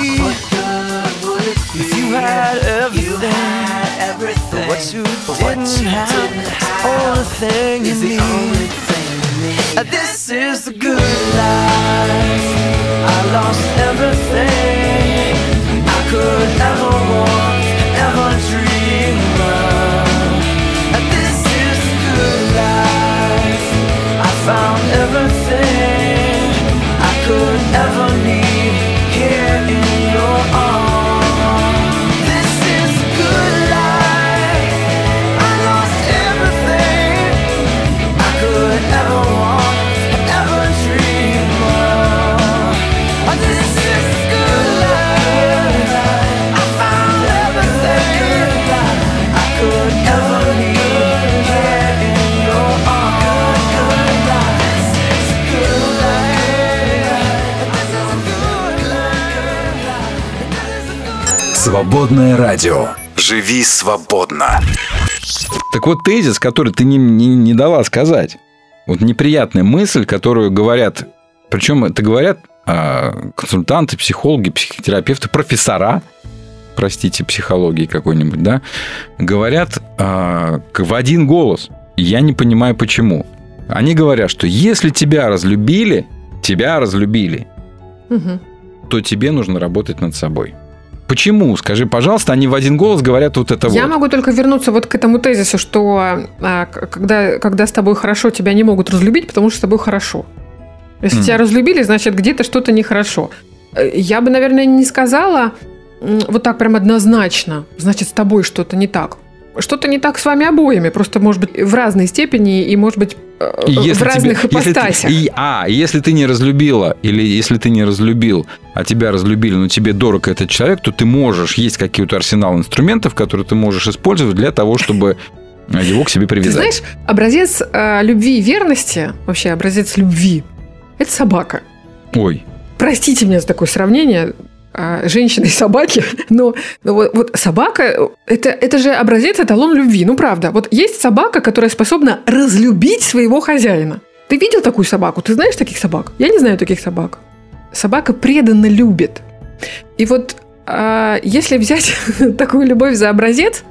if you had everything? What you didn't have is the only thing you need. This is the good life. I lost everything I could ever want, ever dream of. This is the good life. I found everything I could ever need here in your arms. This is the good life. I lost everything I could ever want, ever dream of. This is the good life. I found everything I could ever need here in your arms. This is the good life. This is the good life. Свободное радио. Живи свободно. Так вот, тезис, который ты не дала сказать. Вот неприятная мысль, которую говорят, причем это говорят консультанты, психологи, психотерапевты, профессора, простите, психологии какой-нибудь, да, говорят в один голос. Я не понимаю, почему. Они говорят, что если тебя разлюбили, то тебе нужно работать над собой. Почему? Скажи, пожалуйста, они в один голос говорят вот это. Я могу только вернуться вот к этому тезису, что когда с тобой хорошо, тебя не могут разлюбить, потому что с тобой хорошо. Если тебя разлюбили, значит, где-то что-то нехорошо. Я бы, наверное, не сказала вот так прям однозначно, значит, с тобой что-то не так. Что-то не так с вами обоими, просто, может быть, в разной степени и, может быть, в разных ипостасях. Если ты не разлюбила, или если ты не разлюбил, а тебя разлюбили, но тебе дорог этот человек, то ты можешь, есть какой-то арсенал инструментов, которые ты можешь использовать для того, чтобы его к себе привязать. Ты знаешь, образец любви и верности, вообще образец любви, это собака. Ой. Простите меня за такое сравнение. женщины и собаки, но вот собака – это же образец, эталон любви. Ну, правда. Вот есть собака, которая способна разлюбить своего хозяина. Ты видел такую собаку? Ты знаешь таких собак? Я не знаю таких собак. Собака преданно любит. И вот если взять такую любовь за образец,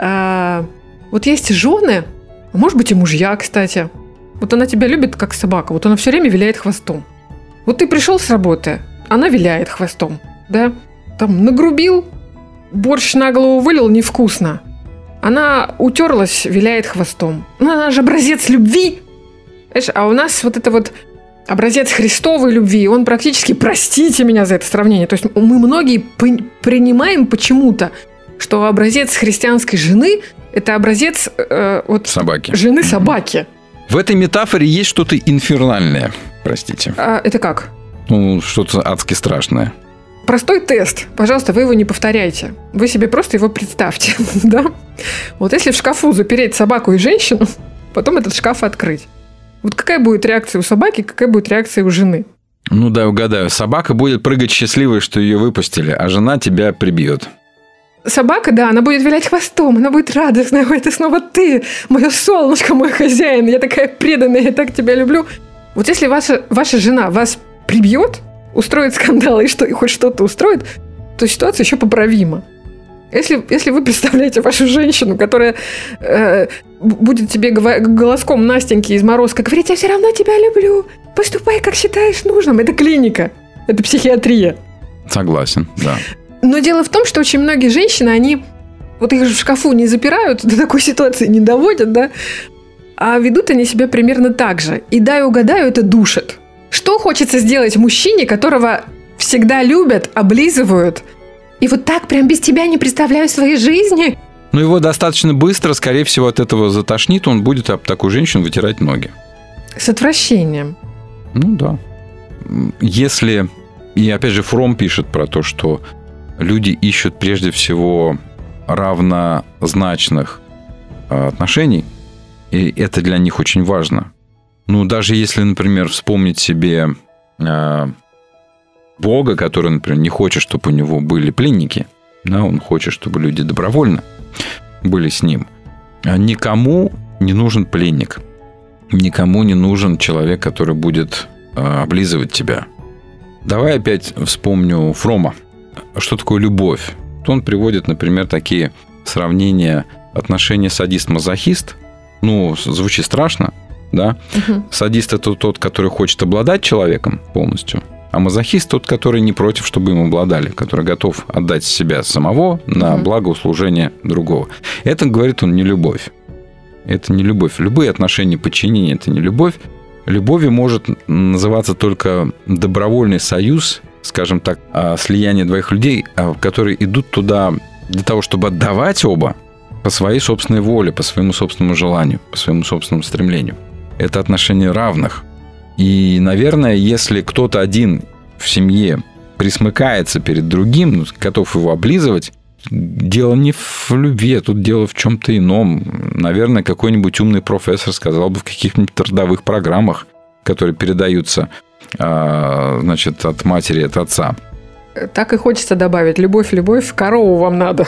вот есть жены, может быть, и мужья, кстати. Вот она тебя любит, как собака. Вот она все время виляет хвостом. Вот ты пришел с работы, она виляет хвостом. Да? Там нагрубил, борщ на голову вылил, невкусно. Она утерлась, виляет хвостом. Ну, она же образец любви. Знаешь, а у нас вот это вот образец Христовой любви, он практически, простите меня за это сравнение, то есть мы многие принимаем почему-то, что образец христианской жены – это образец собаки. Жены собаки. В этой метафоре есть что-то инфернальное, простите. Это как? Ну, что-то адски страшное. Простой тест. Пожалуйста, вы его не повторяйте. Вы себе просто его представьте. Да? Вот если в шкафу запереть собаку и женщину, потом этот шкаф открыть. Вот какая будет реакция у собаки, какая будет реакция у жены? Ну да, угадаю. Собака будет прыгать счастливой, что ее выпустили, а жена тебя прибьет. Собака, да, она будет вилять хвостом, она будет радостная. Это снова ты, мое солнышко, мой хозяин. Я такая преданная, я так тебя люблю. Вот если ваша жена вас прибьет, устроит скандал и хоть что-то устроит, то ситуация еще поправима. Если вы представляете вашу женщину, которая будет тебе голоском Настеньки из Морозко говорить: я все равно тебя люблю, поступай, как считаешь нужным. Это клиника, это психиатрия. Согласен, да. Но дело в том, что очень многие женщины, они вот их же в шкафу не запирают, до такой ситуации не доводят, да, а ведут они себя примерно так же. И дай угадаю, это душит. Что хочется сделать мужчине, которого всегда любят, облизывают, и вот так прям без тебя не представляю своей жизни? Но его достаточно быстро, скорее всего, от этого затошнит, он будет об такую женщину вытирать ноги. С отвращением. Ну да. Если... И опять же Фром пишет про то, что люди ищут прежде всего равнозначных отношений, и это для них очень важно. Ну, даже если, например, вспомнить себе Бога, который, например, не хочет, чтобы у него были пленники, да, он хочет, чтобы люди добровольно были с ним. Никому не нужен пленник, никому не нужен человек, который будет облизывать тебя. Давай опять вспомню Фрома. Что такое любовь? Он приводит, например, такие сравнения отношения садист-мазохист. Ну, звучит страшно, да? Угу. Садист – это тот, который хочет обладать человеком полностью, а мазохист – тот, который не против, чтобы им обладали, который готов отдать себя самого на благо услужения другого. Это, говорит он, не любовь. Это не любовь. Любые отношения подчинения – это не любовь. Любовью может называться только добровольный союз, скажем так, слияние двоих людей, которые идут туда для того, чтобы отдавать оба по своей собственной воле, по своему собственному желанию, по своему собственному стремлению. Это отношения равных. И, наверное, если кто-то один в семье присмыкается перед другим, готов его облизывать, дело не в любви, а тут дело в чем-то ином. Наверное, какой-нибудь умный профессор сказал бы в каких-нибудь родовых программах, которые передаются, значит, от матери, от отца. Так и хочется добавить: любовь, любовь, корову вам надо.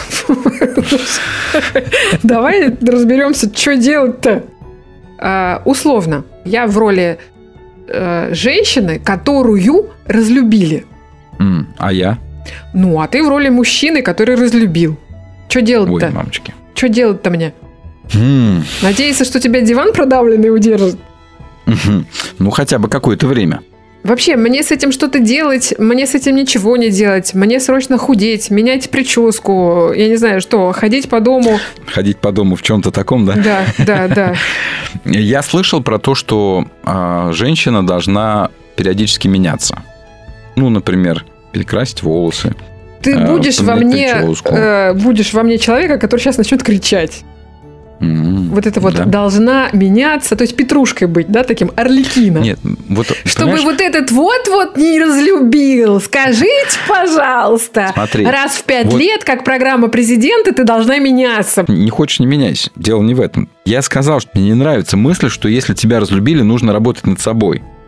Давай разберемся, что делать-то. Условно, я в роли женщины, которую разлюбили. А я? Ну, а ты в роли мужчины, который разлюбил. Что делать-то? Ой, мамочки. Что делать-то мне? Надеяться, что тебя диван продавленный удержит? Ну, хотя бы какое-то время. Вообще, мне с этим что-то делать, мне с этим ничего не делать, мне срочно худеть, менять прическу, я не знаю что, ходить по дому. Ходить по дому в чем-то таком, да? Да. Я слышал про то, что женщина должна периодически меняться. Ну, например, перекрасить волосы. Ты будешь во мне человека, который сейчас начнет кричать. Вот это вот должна меняться, то есть петрушкой быть, да, таким Арлекино. Нет, вот, чтобы вот этот вот не разлюбил. Скажите, пожалуйста, смотри, раз в 5 лет, как программа президента, ты должна меняться. Не хочешь — не меняйся. Дело не в этом. Я сказал, что мне не нравится мысль, что если тебя разлюбили, нужно работать над собой.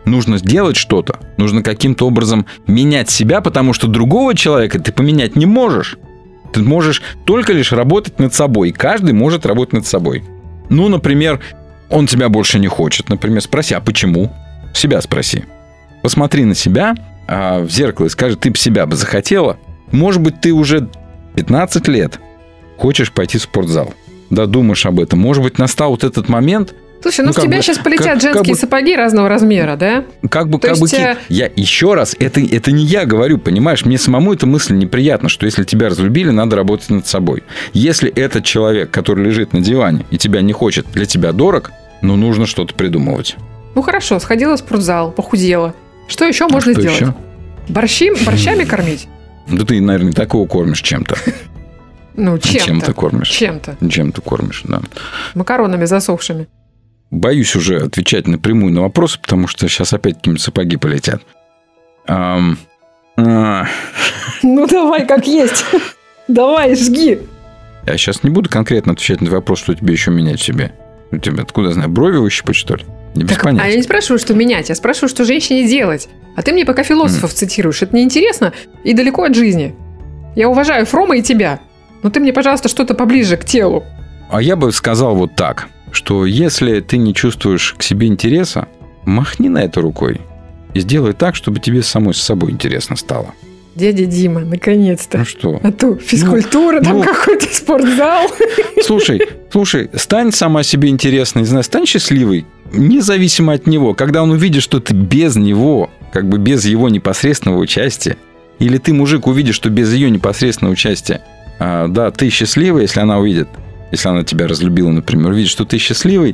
нужно сделать что-то, нужно каким-то образом менять себя, потому что другого человека ты поменять не можешь. Ты можешь только лишь работать над собой. Каждый может работать над собой. Ну, например, он тебя больше не хочет. Например, спроси, а почему? Себя спроси. Посмотри на себя в зеркало и скажи, ты бы себя бы захотела? Может быть, ты уже 15 лет хочешь пойти в спортзал. Да, думаешь об этом. Может быть, настал вот этот момент. Слушай, ну в тебя сейчас полетят женские сапоги разного размера, да? Я еще раз, это не я говорю, понимаешь? Мне самому эта мысль неприятна, что если тебя разлюбили, надо работать над собой. Если этот человек, который лежит на диване и тебя не хочет, для тебя дорог, ну, нужно что-то придумывать. Ну, хорошо, сходила в спортзал, похудела. Что еще можно сделать? Еще? Борщами кормить? Да ты, наверное, такого кормишь чем-то. Ну, чем-то. Чем-то кормишь. Чем-то кормишь, да. Макаронами засохшими. Боюсь уже отвечать напрямую на вопросы, потому что сейчас опять какие-нибудь сапоги полетят. Ну, давай, как есть. Давай, жги. Я сейчас не буду конкретно отвечать на вопрос, что тебе еще менять в себе. У тебя, откуда знаю, брови выщипать, что ли? Не без понятия. А я не спрашиваю, что менять, я спрашиваю, что женщине делать. А ты мне пока философов цитируешь. Это неинтересно и далеко от жизни. Я уважаю Фрома и тебя. Но ты мне, пожалуйста, что-то поближе к телу. А я бы сказал вот так, что если ты не чувствуешь к себе интереса, махни на это рукой и сделай так, чтобы тебе самой с собой интересно стало. Дядя Дима, наконец-то. Ну что? А то физкультура, там какой-то спортзал. Слушай, стань сама себе интересной, не знаю, стань счастливой, независимо от него. Когда он увидит, что ты без него, как бы без его непосредственного участия, или ты, мужик, увидишь, что без ее непосредственного участия, да, ты счастливый, если она увидит, если она тебя разлюбила, например, увидит, что ты счастливый,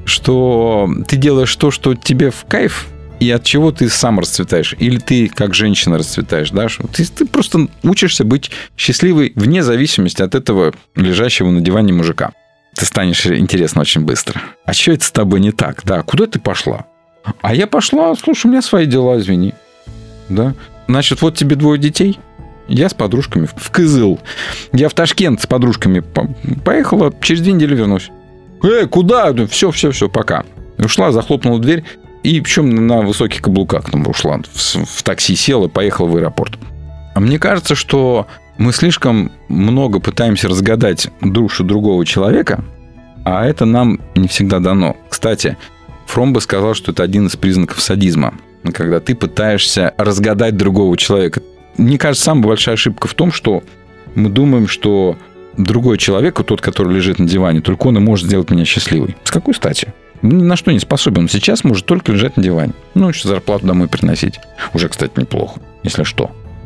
что ты делаешь то, что тебе в кайф, и от чего ты сам расцветаешь. Или ты, как женщина, расцветаешь. Да? Ты просто учишься быть счастливой вне зависимости от этого лежащего на диване мужика. Ты станешь интересно очень быстро. А что это с тобой не так? Да, куда ты пошла? А я пошла, слушай, у меня свои дела, извини. Да? Значит, вот тебе 2 детей. Я с подружками в Кызыл. Я в Ташкент с подружками поехала, через 2 недели вернусь. Куда? Все, пока. Ушла, захлопнула дверь. И причем на высоких каблуках там ушла. В такси села, поехала в аэропорт. А мне кажется, что мы слишком много пытаемся разгадать душу другого человека, а это нам не всегда дано. Кстати, Фром бы сказал, что это один из признаков садизма. Когда ты пытаешься разгадать другого человека. Мне кажется, самая большая ошибка в том, что мы думаем, что другой человек, тот, который лежит на диване, только он и может сделать меня счастливой. С какой стати? Ни на что не способен. Он сейчас может только лежать на диване. Ну, еще зарплату домой приносить. Уже, кстати, неплохо, если что.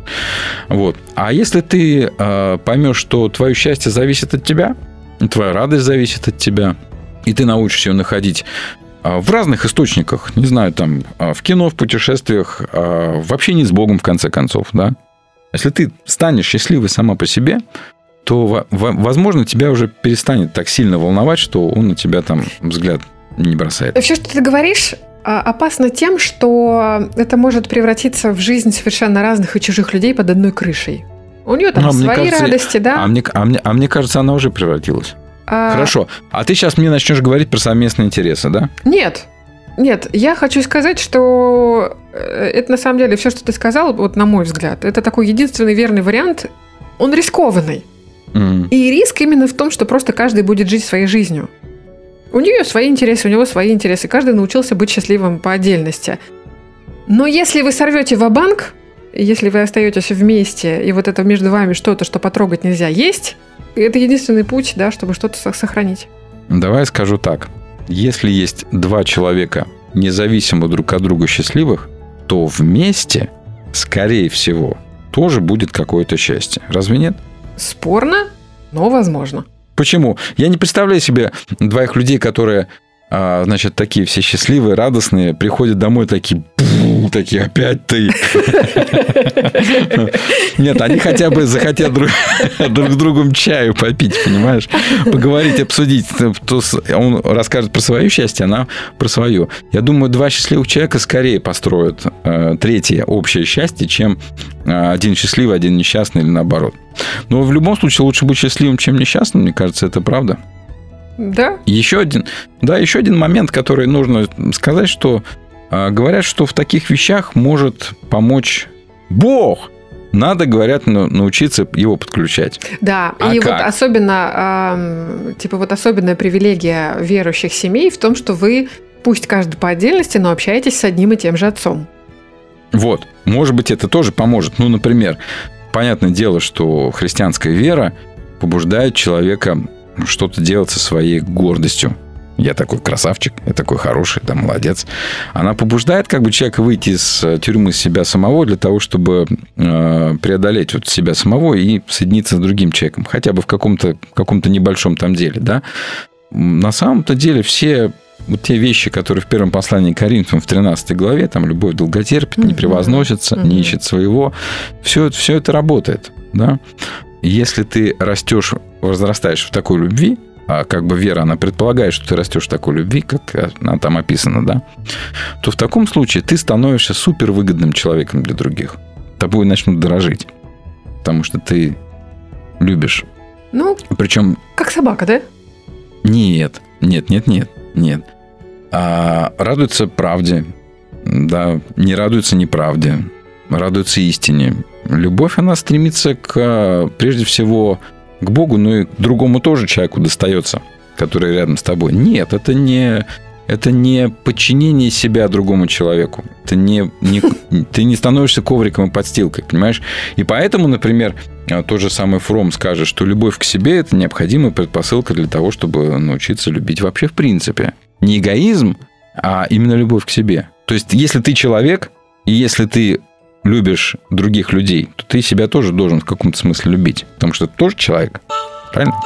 Вот. А если ты поймешь, что твое счастье зависит от тебя, твоя радость зависит от тебя, и ты научишься ее находить в разных источниках, не знаю, там, в кино, в путешествиях, в общении с Богом, в конце концов, да? Если ты станешь счастливой сама по себе, то, возможно, тебя уже перестанет так сильно волновать, что он на тебя там взгляд не бросает. Все, что ты говоришь, опасно тем, что это может превратиться в жизнь совершенно разных и чужих людей под одной крышей. У нее там свои радости, да? А мне кажется, она уже превратилась. Хорошо. А ты сейчас мне начнешь говорить про совместные интересы, да? Нет, я хочу сказать, что это на самом деле все, что ты сказал, вот на мой взгляд, это такой единственный верный вариант. Он рискованный. И риск именно в том, что просто каждый будет жить своей жизнью. У нее свои интересы, у него свои интересы. Каждый научился быть счастливым по отдельности. Но если вы сорвете ва-банк, если вы остаетесь вместе, и вот это между вами что-то, что потрогать нельзя, есть, это единственный путь, да, чтобы что-то сохранить. Давай я скажу так. Если есть 2 человека, независимо друг от друга счастливых, то вместе, скорее всего, тоже будет какое-то счастье. Разве нет? Спорно, но возможно. Почему? Я не представляю себе 2 людей, которые, значит, такие все счастливые, радостные, приходят домой такие опять ты. Нет, они хотя бы захотят друг с другом чаю попить, понимаешь? Поговорить, обсудить. Он расскажет про свое счастье, она про свое. Я думаю, 2 счастливых человека скорее построят 3-е общее счастье, чем один счастливый, один несчастный или наоборот. Но в любом случае лучше быть счастливым, чем несчастным, мне кажется, это правда. Да. Еще один момент, который нужно сказать, что говорят, что в таких вещах может помочь Бог. Надо, говорят, научиться его подключать. Да, А и как? вот особенная привилегия верующих семей в том, что вы, пусть каждый по отдельности, но общаетесь с одним и тем же отцом. Вот. Может быть, это тоже поможет. Ну, например, понятное дело, что христианская вера побуждает человека что-то делать со своей гордостью. Я такой красавчик, я такой хороший, да, молодец. Она побуждает как бы человека выйти из тюрьмы себя самого для того, чтобы преодолеть вот себя самого и соединиться с другим человеком. Хотя бы в каком-то небольшом там деле, да. На самом-то деле все вот те вещи, которые в первом послании к Коринфянам в 13 главе, там любовь долготерпит, не превозносится, не ищет своего, все это работает, да. Если ты возрастаешь в такой любви, а как бы вера, она предполагает, что ты растешь в такой любви, как она там описана, да, то в таком случае ты становишься супервыгодным человеком для других. Тобой начнут дорожить, потому что ты любишь. Ну, причем... как собака, да? Нет. Радуется правде, да, не радуется неправде, радуется истине. Любовь, она стремится прежде всего к Богу, но и к другому тоже человеку достается, который рядом с тобой. Нет, это не подчинение себя другому человеку. Ты не становишься ковриком и подстилкой, понимаешь? И поэтому, например, тот же самый Фром скажет, что любовь к себе – это необходимая предпосылка для того, чтобы научиться любить вообще в принципе. Не эгоизм, а именно любовь к себе. То есть, если ты человек, и если ты любишь других людей, то ты себя тоже должен в каком-то смысле любить. Потому что ты тоже человек. Правильно?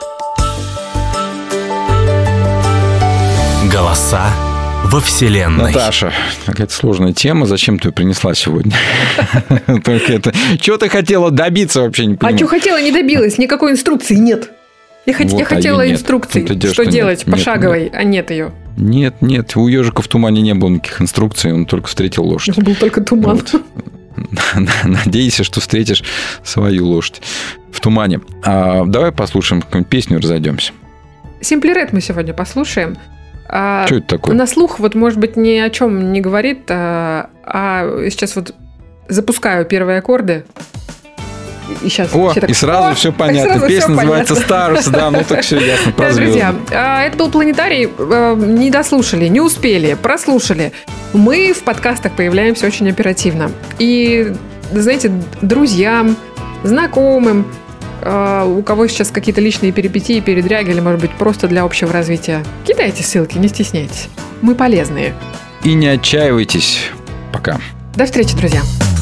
Голоса во Вселенной. Наташа, какая-то сложная тема. Зачем ты ее принесла сегодня? Только это... Чего ты хотела добиться, вообще не понимаю. А что хотела, не добилась. Никакой инструкции нет. Я хотела инструкции, что делать пошаговой, а нет ее. Нет. У ежика в тумане не было никаких инструкций. Он только встретил лошадь. Был только туман. Надейся, что встретишь свою лошадь в тумане. Давай послушаем какую-нибудь песню и разойдемся. Simply Red мы сегодня послушаем. Что это такое? На слух, вот, может быть, ни о чем не говорит, а сейчас вот запускаю первые аккорды. И сейчас и сразу все понятно. Песня называется Stars, да, ну так все ясно. Да, друзья, это был Планетарий. Не дослушали, не успели, прослушали. Мы в подкастах появляемся очень оперативно. И, знаете, друзьям, знакомым, у кого сейчас какие-то личные перипетии, передряги, или, может быть, просто для общего развития, кидайте ссылки, не стесняйтесь. Мы полезные. И не отчаивайтесь. Пока. До встречи, друзья.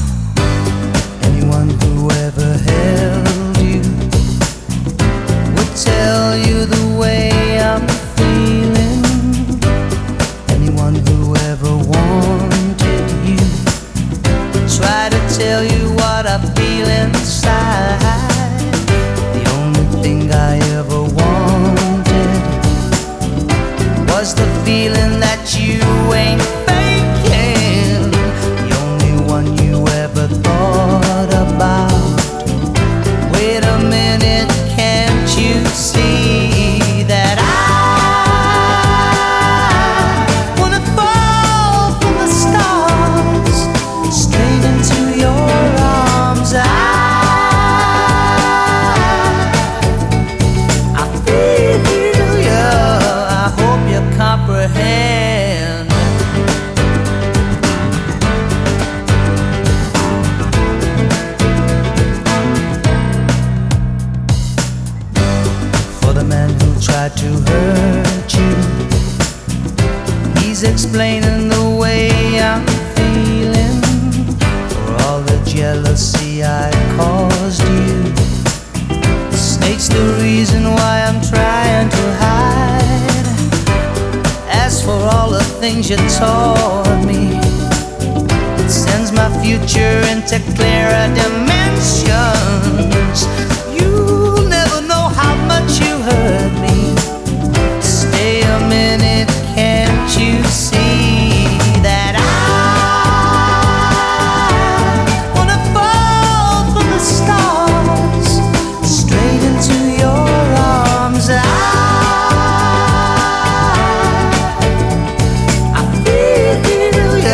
Tell you the way I'm feeling. Anyone who ever wanted you try to tell you what I feel inside. The only thing I ever wanted was the feeling that you ain't faking. The only one you ever thought about. Wait a minute, can't you see that I wanna fall from the stars straight into your arms? I feel you, I hope you comprehend. Tried to hurt you. He's explaining the way I'm feeling. For all the jealousy I caused you. States the reason why I'm trying to hide. As for all the things you taught me, it sends my future into clearer dimensions. You'll never know how much you hurt me. Stay a minute, can't you see that I wanna fall from the stars straight into your arms? I feel you,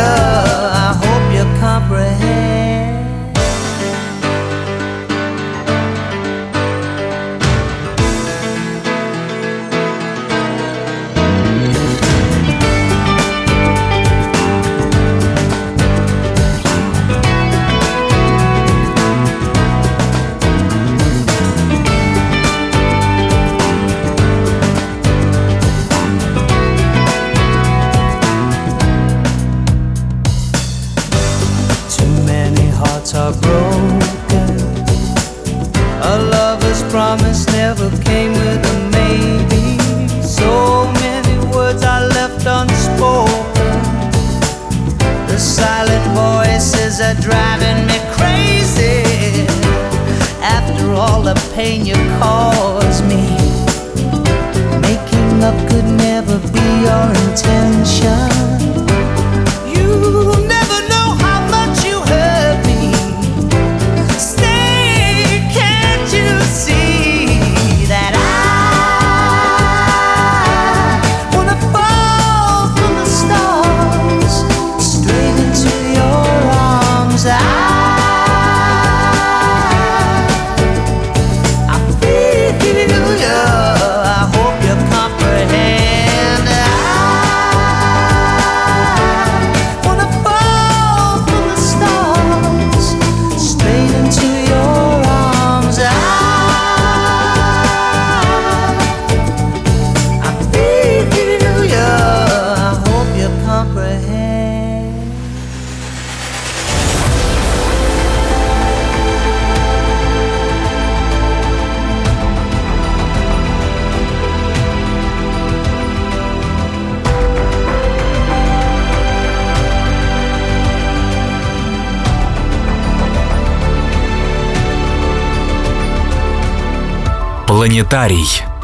driving me crazy. After all the pain you caused me, making up could never be your intention. You never know how much you hurt me. Stay, can't you see that I wanna fall from the stars straight into your arms? I feel you. I hope you comprehend. I wanna fall from the stars straight into your arms. I feel you. I hope you comprehend. Планетарий.